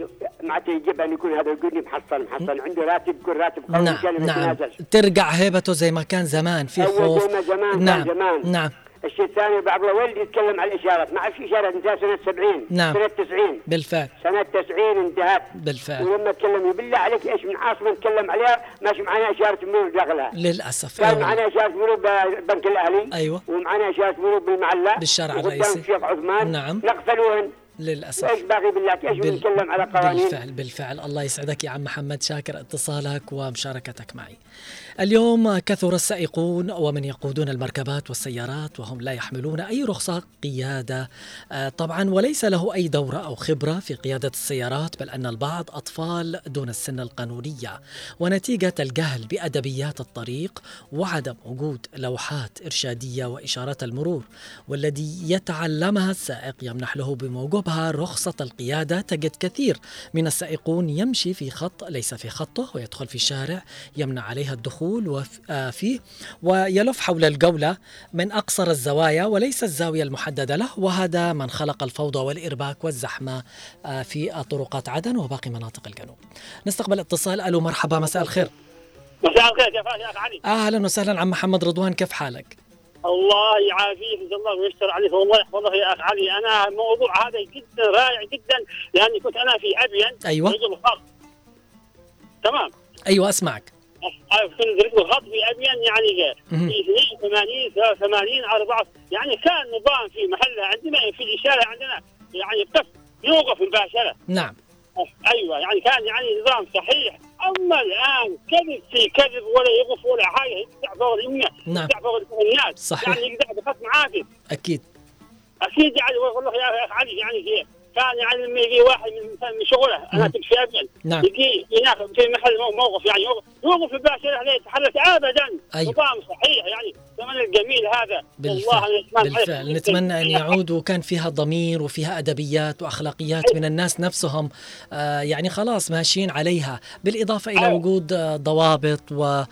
معناته يجب ان يكون هذا يقول لي محصل محصل عنده راتب، يكون راتب قوي. نعم نعم ترجع هيبته زي ما كان زمان في خوف. زي ما زمان نعم زمان. نعم. الشيء الثاني بعض والدي يتكلم على الاشارات، ما عاد في اشارات انتهت سنه سبعين. نعم. سنه تسعين بالفعل. سنه تسعين انتهت بالفعل. ولما تكلم بالله عليك ايش من عاصمه نتكلم عليها ماشي معنا اشاره مرور داخلها. للاسف. كان معنا اشاره مرور ببنك الاهلي. ايوه. ومعنا اشاره مرور بالمعله بالشارع الرئيسي الشيخ عثمان. نعم. نقفلوهن للأسف. ايش باقي بالله ايش بال... بنتكلم على قوانين. بالفعل بالفعل. الله يسعدك يا عم محمد، شاكر اتصالك ومشاركتك معي. اليوم كثر السائقون ومن يقودون المركبات والسيارات وهم لا يحملون أي رخصة قيادة طبعا، وليس له أي دورة أو خبرة في قيادة السيارات، بل أن البعض أطفال دون السن القانونية، ونتيجة الجهل بأدبيات الطريق وعدم وجود لوحات إرشادية وإشارات المرور والذي يتعلمها السائق يمنح له بموجبها رخصة القيادة، تجد كثير من السائقون يمشي في خط ليس في خطه ويدخل في شارع يمنع عليها الدخول فيه ويلف حول الجولة من أقصر الزوايا وليس الزاوية المحددة له، وهذا من خلق الفوضى والإرباك والزحمة في طرقات عدن وباقي مناطق الجنوب. نستقبل اتصال. ألو مرحبا، مساء الخير. مساء الخير، كيف حالك يا أخ علي؟ أهلا وسهلا عم محمد رضوان، كيف حالك؟ الله يعافيك ان شاء الله ويستر عليك والله يحفظك يا اخ علي. انا الموضوع هذا جدا رائع جدا لاني كنت انا في ابين. ايوه رجل خط. تمام. ايوه اسمعك. كنت رجل خط في ابين يعني في اثنين وثمانين ثلاثة وثمانين أربعة يعني كان نظام في محلها عندنا في الاشاره عندنا يعني بس يوقف مباشره. نعم. ايوه يعني كان يعني نظام صحيح. اما الان كذب في كذب ولا يقف ولا حاجه، يقطع فوق الامه. نعم. يقطع فوق الناس. صحيح. يعني يقطع بخط معافي. اكيد اكيد يعني والله يا اخ علي يعني كيف كان يعني لما يجي واحد من شغله انا كنت في ابين. نعم. يجي هناك في محل موقف يعني يوقف مباشره عليه يتحرك ابدا. أيوة. نظام صحيح يعني زمن الجميل هذا. بالفعل. بالفعل نتمنى ان يعود وكان فيها ضمير وفيها ادبيات واخلاقيات من الناس نفسهم، آه يعني خلاص ماشيين عليها، بالاضافه الى أيوة. وجود ضوابط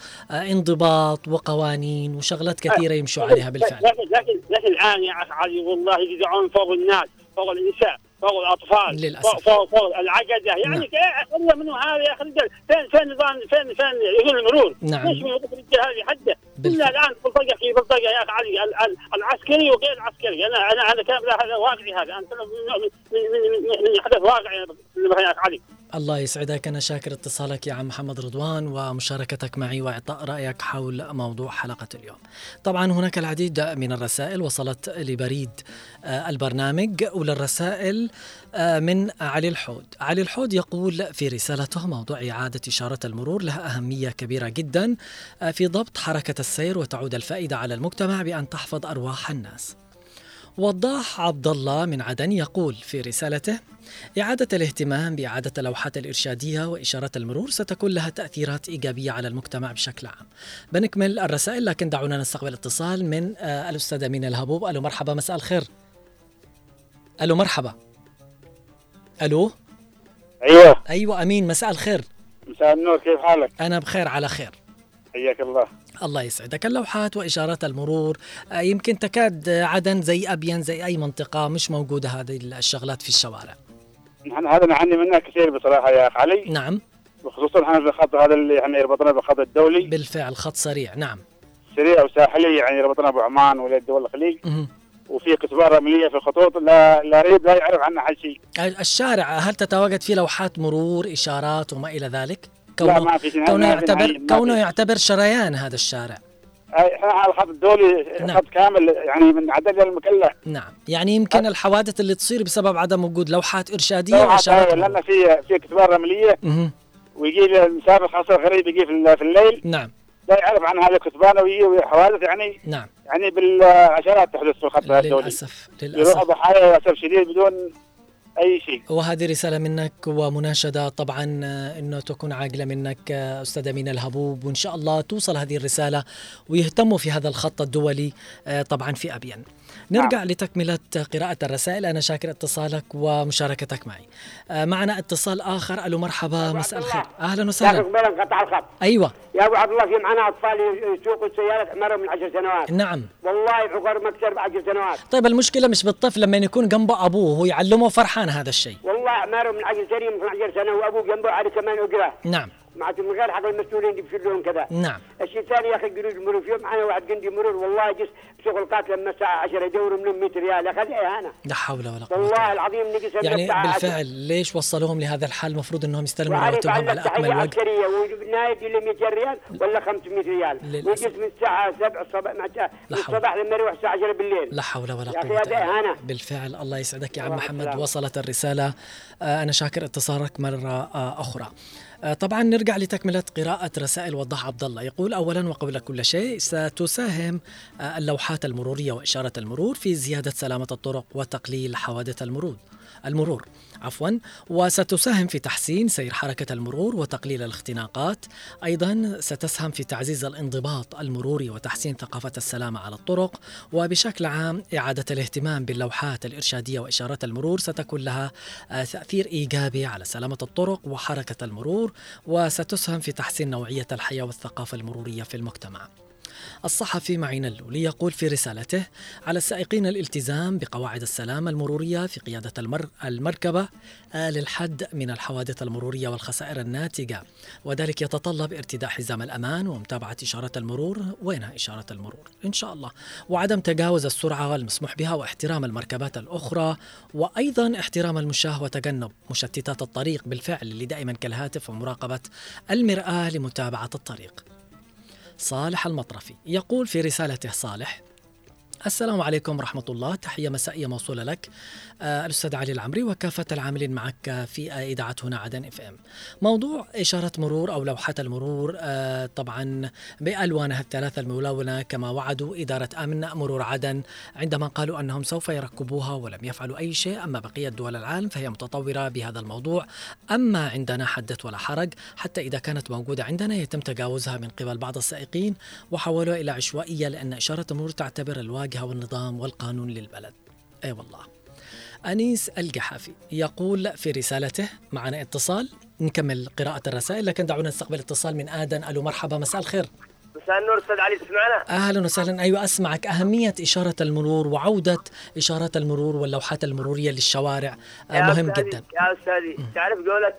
وانضباط وقوانين وشغلات كثيره يمشوا عليها بالفعل. لكن لكن لكن الان يا اخ علي والله يقطعون فوق الناس، فوق النساء، فوق الاطفال، للأسف. فوق فوق, فوق العقده يعني. نعم. منه هذا يا اخي فين فين نظام فين فين يقول المرور. نعم. ليش من يوقف الرجال هذه حده؟ الا الان بلطقه في بلطقه يا اخي علي العسكري وغير العسكري. انا انا هذا كلام هذا واقعي، هذا انا من من من من حدث واقعي يا اخي علي. الله يسعدك، أنا شاكر اتصالك يا عم محمد رضوان ومشاركتك معي وإعطاء رأيك حول موضوع حلقة اليوم. طبعا هناك العديد من الرسائل وصلت لبريد البرنامج وللرسائل من علي الحود. علي الحود يقول في رسالته: موضوع إعادة إشارة المرور لها أهمية كبيرة جدا في ضبط حركة السير وتعود الفائدة على المجتمع بأن تحفظ أرواح الناس. وضاح عبد الله من عدن يقول في رسالته: إعادة الاهتمام بإعادة اللوحات الإرشادية وإشارات المرور ستكون لها تأثيرات إيجابية على المجتمع بشكل عام. بنكمل الرسائل لكن دعونا نستقبل اتصال من آه الأستاذة أمين الهبوب. ألو مرحبا، مساء الخير. ألو مرحبا. ألو. أيوة أيوة أمين، مساء الخير. مساء النور، كيف حالك؟ أنا بخير على خير. حياك الله. الله يسعدك. اللوحات وإشارات المرور يمكن تكاد عدن زي أبين زي أي منطقة مش موجودة هذه الشغلات في الشوارع. نحن هذا نعاني منها كثير بصراحة يا أخ علي. نعم. وخصوصا نحن في الخط هذا اللي يعني يربطنا بالخط الدولي. بالفعل خط سريع. نعم. سريع وساحلي يعني يربطنا بعمان ولا دول الخليج. م- وفي كثبان رملية في الخطوط لا لا يريد لا يعرف عنها حل شيء. الشارع هل تتواجد فيه لوحات مرور إشارات وما إلى ذلك؟ لا ما في. كونه يعتبر كونه يعتبر شريان هذا الشارع. احنا على الخط الدولي. نعم. خط كامل يعني من عدن الى المكلا. نعم. يعني يمكن الحوادث اللي تصير بسبب عدم وجود لوحات ارشاديه واشارات. لان في في كثبان رمليه. اها. ويجي المسافر خاصه الغريب يجي في, في الليل. نعم. لا يعرف عن هذه الكثبان ويجي حوادث يعني. نعم. يعني بالعشرات تحدث في الخط الدولي. للاسف للاسف. يروح ضحايا للاسف شديد بدون أي شيء. وهذه رسالة منك ومناشدة طبعا أنه تكون عاقلة منك أستاذ أمين الهبوب، وإن شاء الله توصل هذه الرسالة ويهتموا في هذا الخط الدولي طبعا في أبين. نرجع نعم. لتكملة قراءة الرسائل. أنا شاكر اتصالك ومشاركتك معي. معنا اتصال آخر. ألو مرحبا، مساء الخير. أهلا وسهلا. قطع الخط. أيوة يا أبو عبد الله، في معنا أطفال يسوقوا السيارات عمرهم من عشر سنوات. نعم والله عقر مكسر بعشر سنوات. طيب المشكلة مش بالطفل، لما يكون جنبه أبوه ويعلمه فرحان هذا الشيء. والله طلع ماره من عشر سنين من عشر سنه وابوه جنبه على كمان اجره. نعم. مع من غير حق المسؤولين اللي بيشيلون كذا. نعم. الشيء الثاني يا اخي قرود المرور، في يوم معنا واحد قندي مرور والله جس شغل قاتل لما الساعه عشرة يدوروا من مية ريال يا اخي انا. لا حول ولا قوه. والله العظيم نقص يعني بالفعل ليش وصلوهم لهذا الحال؟ المفروض انهم يستلموا رواتبهم على اكمل وجه. عسكريه وبالنهايه يدي مية ريال ولا خمسمية ريال ويجلس من الساعه سبعة الصباح مع الصباح لما يروح الساعه عشرة بالليل. لا حول ولا قوه الا بالله. بالفعل الله يسعدك يا عم محمد، وصلت الرساله. انا شاكر اتصالك مره اخرى. طبعا نرجع لتكملة قراءة رسائل وضاح عبد الله. يقول: أولا وقبل كل شيء ستساهم اللوحات المرورية وإشارة المرور في زيادة سلامة الطرق وتقليل حوادث المرور المرور عفوا وستساهم في تحسين سير حركة المرور وتقليل الاختناقات. أيضا ستسهم في تعزيز الانضباط المروري وتحسين ثقافة السلامة على الطرق. وبشكل عام إعادة الاهتمام باللوحات الإرشادية وإشارات المرور ستكون لها تأثير إيجابي على سلامة الطرق وحركة المرور، وستسهم في تحسين نوعية الحياة والثقافة المرورية في المجتمع. الصحفي معين اللولي يقول في رسالته: على السائقين الالتزام بقواعد السلامة المرورية في قيادة المر... المركبة للحد من الحوادث المرورية والخسائر الناتجة، وذلك يتطلب ارتداء حزام الأمان ومتابعة إشارة المرور وينها إشارة المرور إن شاء الله، وعدم تجاوز السرعة المسموح بها، واحترام المركبات الأخرى، وأيضا احترام المشاة وتجنب مشتتات الطريق بالفعل اللي دائما كالهاتف، ومراقبة المرآة لمتابعة الطريق. صالح المطرفي يقول في رسالته صالح: السلام عليكم ورحمة الله، تحية مسائية موصولة لك آه الأستاذ علي العمري وكافة العاملين معك في إذاعة هنا عدن اف ام. موضوع إشارة مرور أو لوحات المرور آه طبعا بألوانها الثلاثة الملونة كما وعدوا إدارة أمن مرور عدن عندما قالوا أنهم سوف يركبوها ولم يفعلوا أي شيء. أما بقية دول العالم فهي متطورة بهذا الموضوع، أما عندنا حدث ولا حرج، حتى إذا كانت موجودة عندنا يتم تجاوزها من قبل بعض السائقين وحولوها إلى عشوائية، لأن إشارة المرور تعتبر الواجهة والنظام والقانون للبلد. أي أيوة والله. أنيس الجحافي يقول في رسالته: معنا اتصال، نكمل قراءة الرسائل لكن دعونا نستقبل اتصال من آدن. ألو مرحبا، مساء الخير. مساء النور أستاذ علي، تسمعنا؟ أهلا وسهلا. أيوة أسمعك. أهمية إشارة المرور وعودة إشارات المرور واللوحات المرورية للشوارع مهم أستاذي جدا. يا أستاذي م. تعرف قولة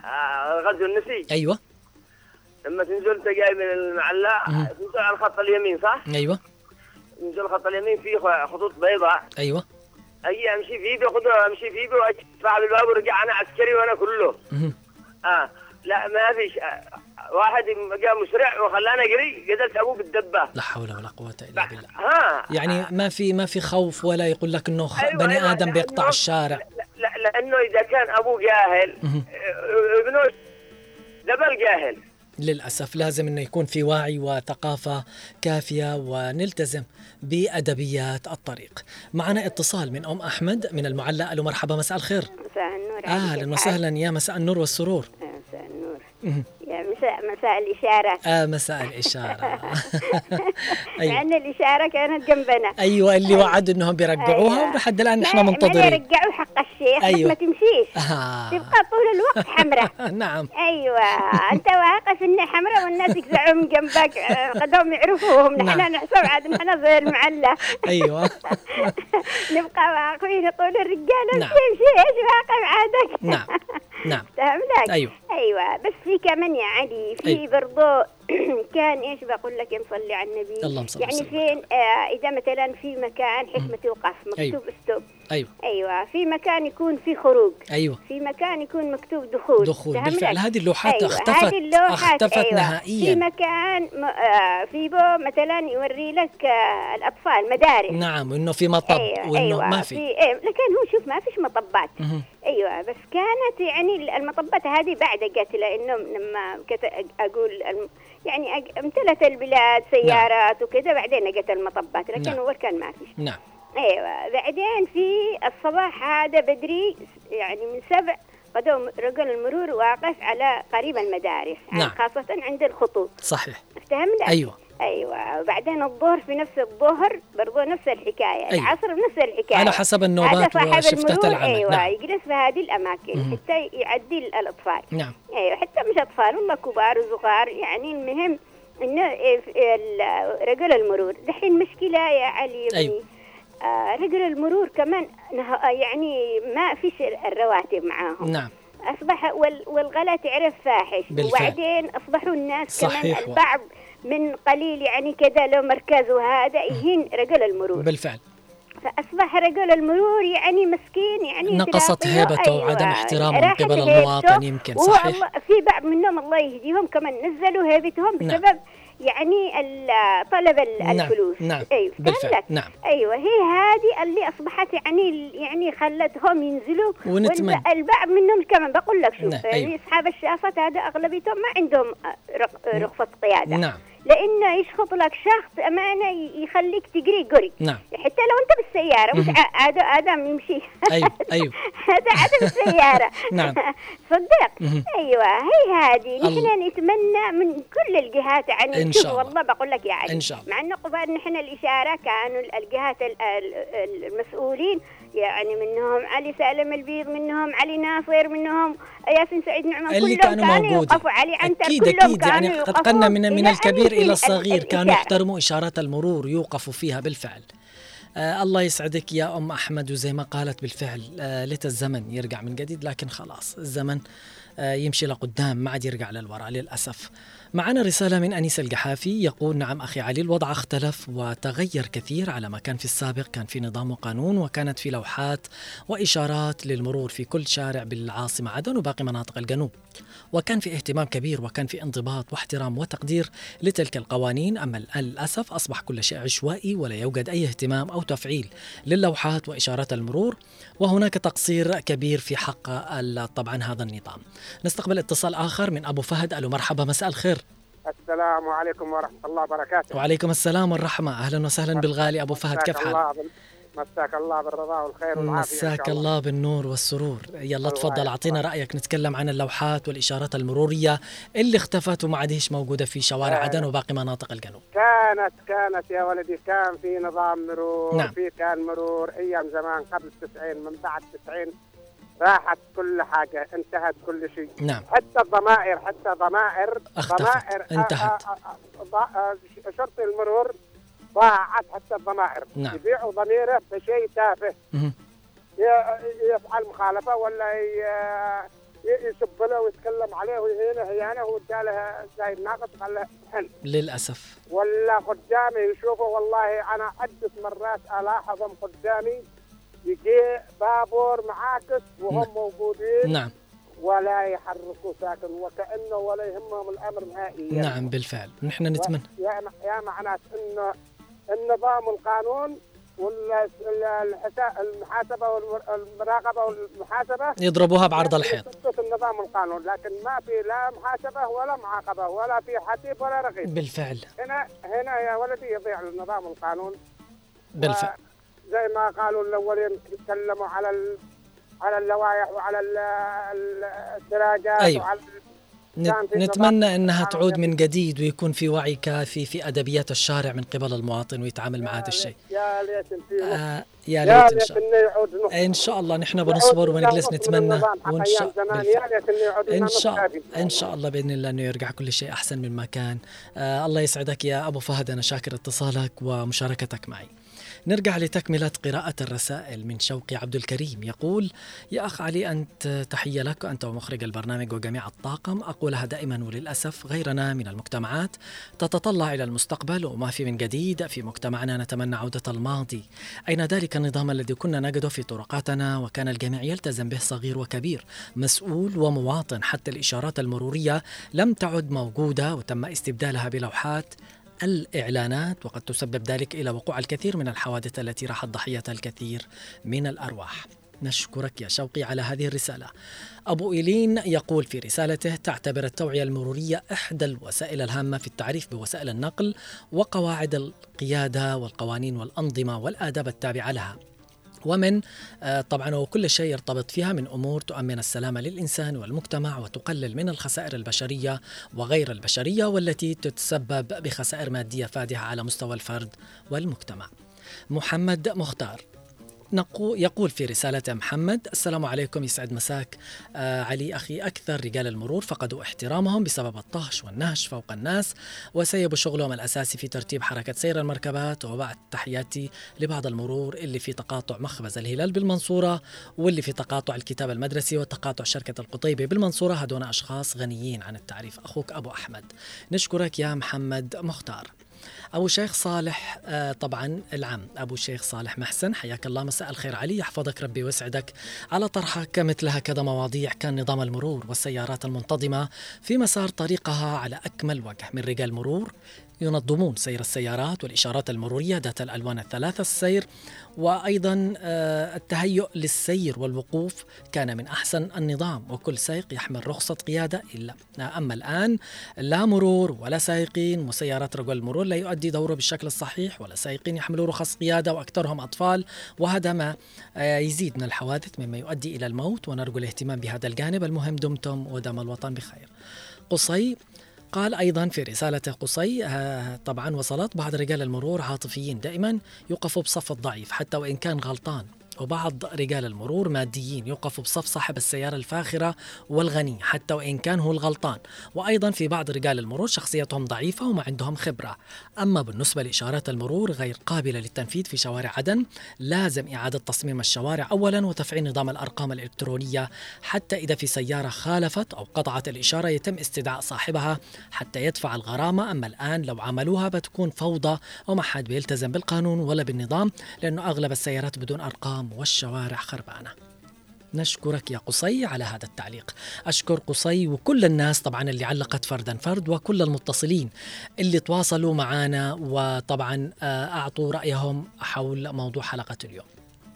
غزو النسي؟ أيوة. لما تنزل أنت جاي من المعلة تنزل على الخط اليمين صح؟ أيوة. تنزل الخط اليمين فيه خطوط بيضاء. أيوة. أي أمشي فيه بخضرة أمشي فيه وأدفع بالباب ورجع أنا عسكري وأنا كله. م. آه لا ما فيش. واحد جاء مسرع وخلانا اجري قتلت ابوه بالدبه. لا حول ولا قوه الا بالله. ها يعني ما في ما في خوف ولا يقول لك انه أيوة بني أيوة ادم بيقطع الشارع. لا, لا لانه اذا كان ابوه جاهل ابنه دبل جاهل. للاسف لازم انه يكون في وعي وثقافه كافيه ونلتزم بادبيات الطريق. معنا اتصال من ام احمد من المعلى. الو مرحبا، مساء الخير. مساء النور. اهلا وسهلا، يا مساء النور والسرور. مساء النور. يا مساء مساء الإشارة. آه مساء الإشارة. أيوة. مع أن الإشارة كانت جنبنا. أيوة اللي وعد إنهم بيرجعوها أيوة. ولحد الآن إحنا منتظرين. ما يرجعوا حق الشيخ. أيوة. ما تمشيش. آه. تبقى طول الوقت حمراء. نعم. أيوة أنت واقف إنها حمراء والناس يقزعوا من جنبك قدهم يعرفوهم. نحن نعم. نحسب عاد نحن زي المعلة. أيوة. نبقى واقفين طول الرجال. نعم. تمشي إيش واقف عادك. نعم. نعم. فهمتك؟ أيوة. أيوة بس في كمان يا علي في أيوة. برضو كان إيش بقول لك نصلي على النبي. اللهم صل يعني فين آه إذا مثلا في مكان حكمة وقف مكتوب أيوة. استوب. أيوة. أيوة في مكان يكون في خروج. أيوة. في مكان يكون مكتوب دخول. دخول بالفعل. هذه اللوحات أيوة. اختفت. هذه اللوحات اختفت أيوة. نهائيا. في مكان آه في بو مثلا يوري لك آه الأطفال مدارس. نعم وإنه في مطب. أيوة. وإنه أيوة. ما في. في أيوة. لكن هو شوف ما فيش مطبات. م- أيوة بس كانت يعني المطبات هذه بعد جت، لأنه لما كت أقول الم... يعني امتلت البلاد سيارات. نعم. وكذا بعدين جت المطبات، لكن نعم. أول كان ما فيش. نعم. أيوة بعدين في الصباح هذا بدري يعني من سبع قدوم رجل المرور واقف على قريب المدارس. نعم. خاصة عند الخطوط. صحيح. افتهمنا؟ أيوة. أيوة وبعدين الظهر في نفس الظهر برضو نفس الحكاية. أيوة. العصر نفس الحكاية على حسب النوبات وشفتة العمل. أيوة. نعم. يجلس في هذه الأماكن م- حتى يعدي الأطفال. نعم. أيوة حتى مش أطفال والله كبار وصغار. يعني المهم إنه رجل المرور دحين مشكلة يا علي. أيوة. آه رجل المرور كمان يعني ما فيش الرواتب معاهم. نعم. أصبح والغلا تعرف فاحش. بالفعل. وبعدين أصبحوا الناس صحيح. كمان البعض من قليل يعني كذا لو مركزه هذا يهين رجل المرور. بالفعل. فأصبح رجل المرور يعني مسكين يعني نقصت هيبته. أيوة. وعدم احترامه من قبل المواطن يمكن. صحيح. في بعض منهم الله يهديهم كمان نزلوا هيبتهم بسبب نعم. يعني طلب الفلوس. نعم. أيوة. بالفعل. نعم. أيوة هي هذه اللي أصبحت يعني يعني خلتهم ينزلوا. ونتمنى البعض منهم كمان بقول لك شوف. نعم. يعني أيوة. أصحاب الشافات هذا أغلبيتهم ما عندهم رخصة قيادة. نعم. لأنه يشخط لك شخص أمانة يخليك تجري قري. نعم. حتى لو أنت بالسيارة مش عاد آدم يمشي. أيوة. أيوة. هذا عدم السيارة. نعم. صدق. أيوة هي هذه نحن نتمنى من كل الجهات يعني. إن شاء الله. والله بقول لك يعني. إن شاء الله. مع أنه قبل نحن الإشارة كانوا الجهات المسؤولين يعني منهم علي سالم البيض منهم علي ناصر منهم ياسين سعيد نعمان اللي كلهم كانوا, كانوا يوقفوا علي عنتر. أكيد كلهم أكيد كانوا يعني قد قلنا من, من الكبير إلى الصغير كانوا يحترموا إشارات المرور يوقفوا فيها بالفعل. آه الله يسعدك يا أم أحمد. وزي ما قالت بالفعل آه ليت الزمن يرجع من جديد لكن خلاص الزمن آه يمشي لقدام ما عاد يرجع للوراء للأسف. معنا رسالة من أنيس القحافي يقول نعم أخي علي الوضع اختلف وتغير كثير على ما كان في السابق. كان في نظام وقانون وكانت في لوحات وإشارات للمرور في كل شارع بالعاصمة عدن وباقي مناطق الجنوب وكان في اهتمام كبير وكان في انضباط واحترام وتقدير لتلك القوانين. أما للأسف أصبح كل شيء عشوائي ولا يوجد أي اهتمام أو تفعيل للوحات وإشارات المرور وهناك تقصير كبير في حق طبعا هذا النظام. نستقبل اتصال آخر من أبو فهد. ألو مرحبا مساء الخير. السلام عليكم ورحمة الله وبركاته. وعليكم السلام والرحمة. أهلا وسهلا بالغالي أبو فهد كيف حالك؟ مساك الله بالرضا والخير والعافية. مساك الله بالنور والسرور. يلا تفضل أعطينا رأيك. نتكلم عن اللوحات والإشارات المرورية اللي اختفت وما عادش موجودة في شوارع عدن وباقي مناطق الجنوب. كانت كانت يا ولدي كان في نظام مرور. نعم. في كان مرور أيام زمان قبل التسعين. من بعد التسعين راحت كل حاجة انتهت كل شيء. نعم. حتى الضمائر حتى ضمائر اختفت ضمائر انتهت. شرطي المرور ضاعت حتى الضمائر. نعم. يبيعوا ضميره بشيء تافه يفعل مخالفة ولا يسب له ويتكلم عليه ويهينه هيانه واداله زي الناقص قال له حن. للأسف. ولا قدامي يشوفوا والله أنا عدة مرات ألاحظهم قدامي يجي بابور معاكس وهم نعم. موجودين. نعم. ولا يحركوا ساكن وكأنه ولا يهمهم الأمر نهائيا. نعم بالفعل. نحن نتمنى يا يا معنات إنه النظام والقانون والمحاسبة والمراقبة والمحاسبة يضربوها بعرض الحيط. النظام والقانون لكن ما في لا محاسبة ولا معاقبة ولا في حسيب ولا رقيب. بالفعل. هنا هنا يا ولدي يضيع النظام والقانون. بالفعل. زي ما قالوا الأولين يتكلموا على ال على اللوائح وعلى الدراجات. أيوة. وعلى نتمنى أنها تعود من جديد ويكون في وعي كافي في أدبيات الشارع من قبل المواطن ويتعامل مع هذا الشيء. يا ليت آه يا ليت إن شاء الله. إن شاء الله نحن بنصبر ونجلس نتمنى وإن شاء الله إن شاء إن شاء الله بإذن الله إنه يرجع كل شيء أحسن مما كان. آه الله يسعدك يا أبو فهد. أنا شاكر اتصالك ومشاركتك معي. نرجع لتكملة قراءة الرسائل من شوقي عبد الكريم يقول يا أخ علي أنت تحية لك أنت ومخرج البرنامج وجميع الطاقم. أقولها دائما وللأسف غيرنا من المجتمعات تتطلع إلى المستقبل وما في من جديد في مجتمعنا. نتمنى عودة الماضي. أين ذلك النظام الذي كنا نجده في طرقاتنا وكان الجميع يلتزم به صغير وكبير مسؤول ومواطن. حتى الإشارات المرورية لم تعد موجودة وتم استبدالها بلوحات الإعلانات وقد تسبب ذلك إلى وقوع الكثير من الحوادث التي راحت ضحيتها الكثير من الأرواح. نشكرك يا شوقي على هذه الرسالة. أبو إيلين يقول في رسالته تعتبر التوعية المرورية إحدى الوسائل الهامة في التعريف بوسائل النقل وقواعد القيادة والقوانين والأنظمة والآداب التابعة لها ومن طبعا وكل شيء يرتبط فيها من أمور تؤمن السلامة للإنسان والمجتمع وتقلل من الخسائر البشرية وغير البشرية والتي تتسبب بخسائر مادية فادحة على مستوى الفرد والمجتمع. محمد مختار يقول في رسالة محمد: السلام عليكم، يسعد مساك آه علي أخي. أكثر رجال المرور فقدوا احترامهم بسبب الطهش والنهش فوق الناس، وسيبوا شغلهم الأساسي في ترتيب حركة سير المركبات. وبعد تحياتي لبعض المرور اللي في تقاطع مخبز الهلال بالمنصورة، واللي في تقاطع الكتاب المدرسي، وتقاطع شركة القطيبة بالمنصورة. هدول أشخاص غنيين عن التعريف. أخوك أبو أحمد. نشكرك يا محمد مختار. أبو شيخ صالح آه طبعا العم أبو شيخ صالح محسن، حياك الله، مساء الخير علي، يحفظك ربي ويسعدك على طرحك مثل هكذا مواضيع. كان نظام المرور والسيارات المنتظمة في مسار طريقها على أكمل وجه، من رجال مرور ينظمون سير السيارات والإشارات المرورية ذات الألوان الثلاثة السير، وأيضا التهيؤ للسير والوقوف كان من أحسن النظام، وكل سائق يحمل رخصة قيادة. إلا أما الآن لا مرور ولا سائقين، وسيارات رجال المرور لا يؤدي دوره بالشكل الصحيح، ولا سائقين يحملوا رخص قيادة، وأكثرهم أطفال، وهذا ما يزيد من الحوادث مما يؤدي إلى الموت. ونرجو الاهتمام بهذا الجانب. المهم دمتم ودام الوطن بخير. قصي قال أيضا في رسالة قصي آه طبعا: وصلت بعض رجال المرور عاطفيين دائما يوقفوا بصف الضعيف حتى وإن كان غلطان، وبعض رجال المرور ماديين يوقفوا بصف صاحب السيارة الفاخرة والغني حتى وإن كان هو الغلطان. وأيضا في بعض رجال المرور شخصيتهم ضعيفة وما عندهم خبرة. أما بالنسبة لإشارات المرور غير قابلة للتنفيذ في شوارع عدن، لازم إعادة تصميم الشوارع أولا، وتفعيل نظام الأرقام الإلكترونية، حتى إذا في سيارة خالفت أو قطعت الإشارة يتم استدعاء صاحبها حتى يدفع الغرامة. أما الآن لو عملوها بتكون فوضى وما حد بيلتزم بالقانون ولا بالنظام، لأنه أغلب السيارات بدون أرقام والشوارع خربانة. نشكرك يا قصي على هذا التعليق. أشكر قصي وكل الناس طبعا اللي علقت فردا فرد، وكل المتصلين اللي تواصلوا معنا وطبعا أعطوا رأيهم حول موضوع حلقة اليوم.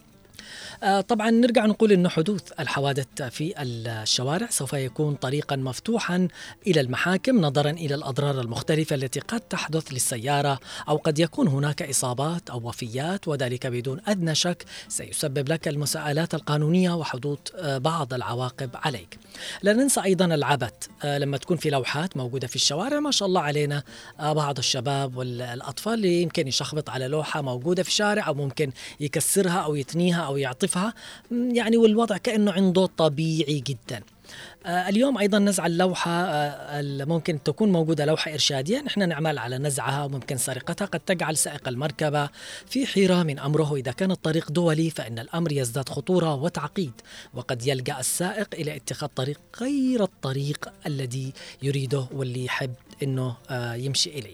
طبعا نرجع نقول أن حدوث الحوادث في الشوارع سوف يكون طريقا مفتوحا إلى المحاكم، نظرا إلى الأضرار المختلفة التي قد تحدث للسيارة، أو قد يكون هناك إصابات أو وفيات، وذلك بدون أدنى شك سيسبب لك المساءلات القانونية وحدوث بعض العواقب عليك. لا ننسى أيضا العبث، لما تكون في لوحات موجودة في الشوارع، ما شاء الله علينا بعض الشباب والأطفال اللي يمكن يشخبط على لوحة موجودة في الشارع، أو ممكن يكسرها أو يتنيها أو يعطفها، يعني والوضع كأنه عنده طبيعي جدا. آه اليوم أيضا نزع اللوحة آه ممكن تكون موجودة لوحة إرشادية، نحن نعمل على نزعها، وممكن سرقتها قد تجعل سائق المركبة في حيرة من أمره. إذا كان الطريق دولي فإن الأمر يزداد خطورة وتعقيد، وقد يلجأ السائق إلى اتخاذ طريق غير الطريق الذي يريده واللي يحب أنه آه يمشي إليه.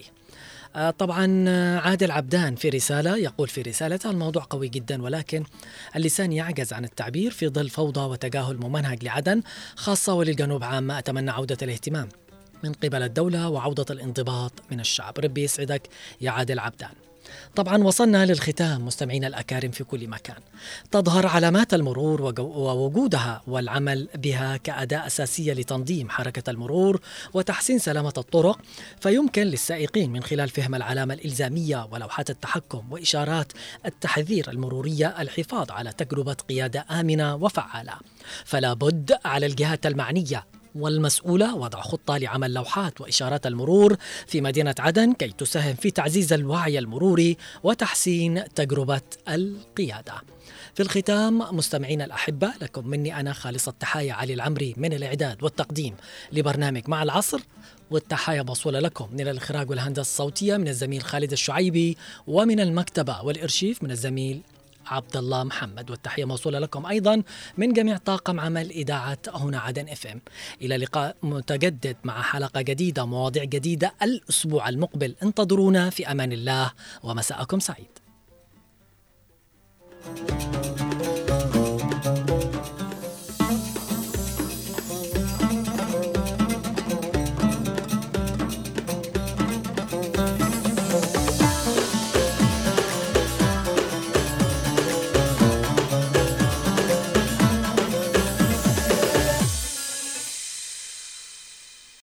طبعا عادل عبدان في رسالة يقول في رسالته: الموضوع قوي جدا، ولكن اللسان يعجز عن التعبير في ظل فوضى وتجاهل ممنهج لعدن خاصة وللجنوب عامة. أتمنى عودة الاهتمام من قبل الدولة وعودة الانضباط من الشعب. ربي يسعدك يا عادل عبدان. طبعا وصلنا للختام مستمعينا الأكارم في كل مكان. تظهر علامات المرور ووجودها والعمل بها كأداة أساسية لتنظيم حركة المرور وتحسين سلامة الطرق، فيمكن للسائقين من خلال فهم العلامة الإلزامية ولوحات التحكم وإشارات التحذير المرورية الحفاظ على تجربة قيادة آمنة وفعالة. فلا بد على الجهات المعنية والمسؤولة وضع خطة لعمل لوحات وإشارات المرور في مدينة عدن كي تساهم في تعزيز الوعي المروري وتحسين تجربة القيادة. في الختام مستمعين الأحبة، لكم مني أنا خالص التحايا علي العمري من الإعداد والتقديم لبرنامج مع العصر، والتحايا موصولة لكم من الإخراج والهندسة الصوتية من الزميل خالد الشعيبي، ومن المكتبة والإرشيف من الزميل عبد الله محمد. والتحية موصولة لكم أيضا من جميع طاقم عمل إذاعة هنا عدن اف ام. إلى لقاء متجدد مع حلقة جديدة، مواضيع جديدة الأسبوع المقبل. انتظرونا، في أمان الله ومساءكم سعيد.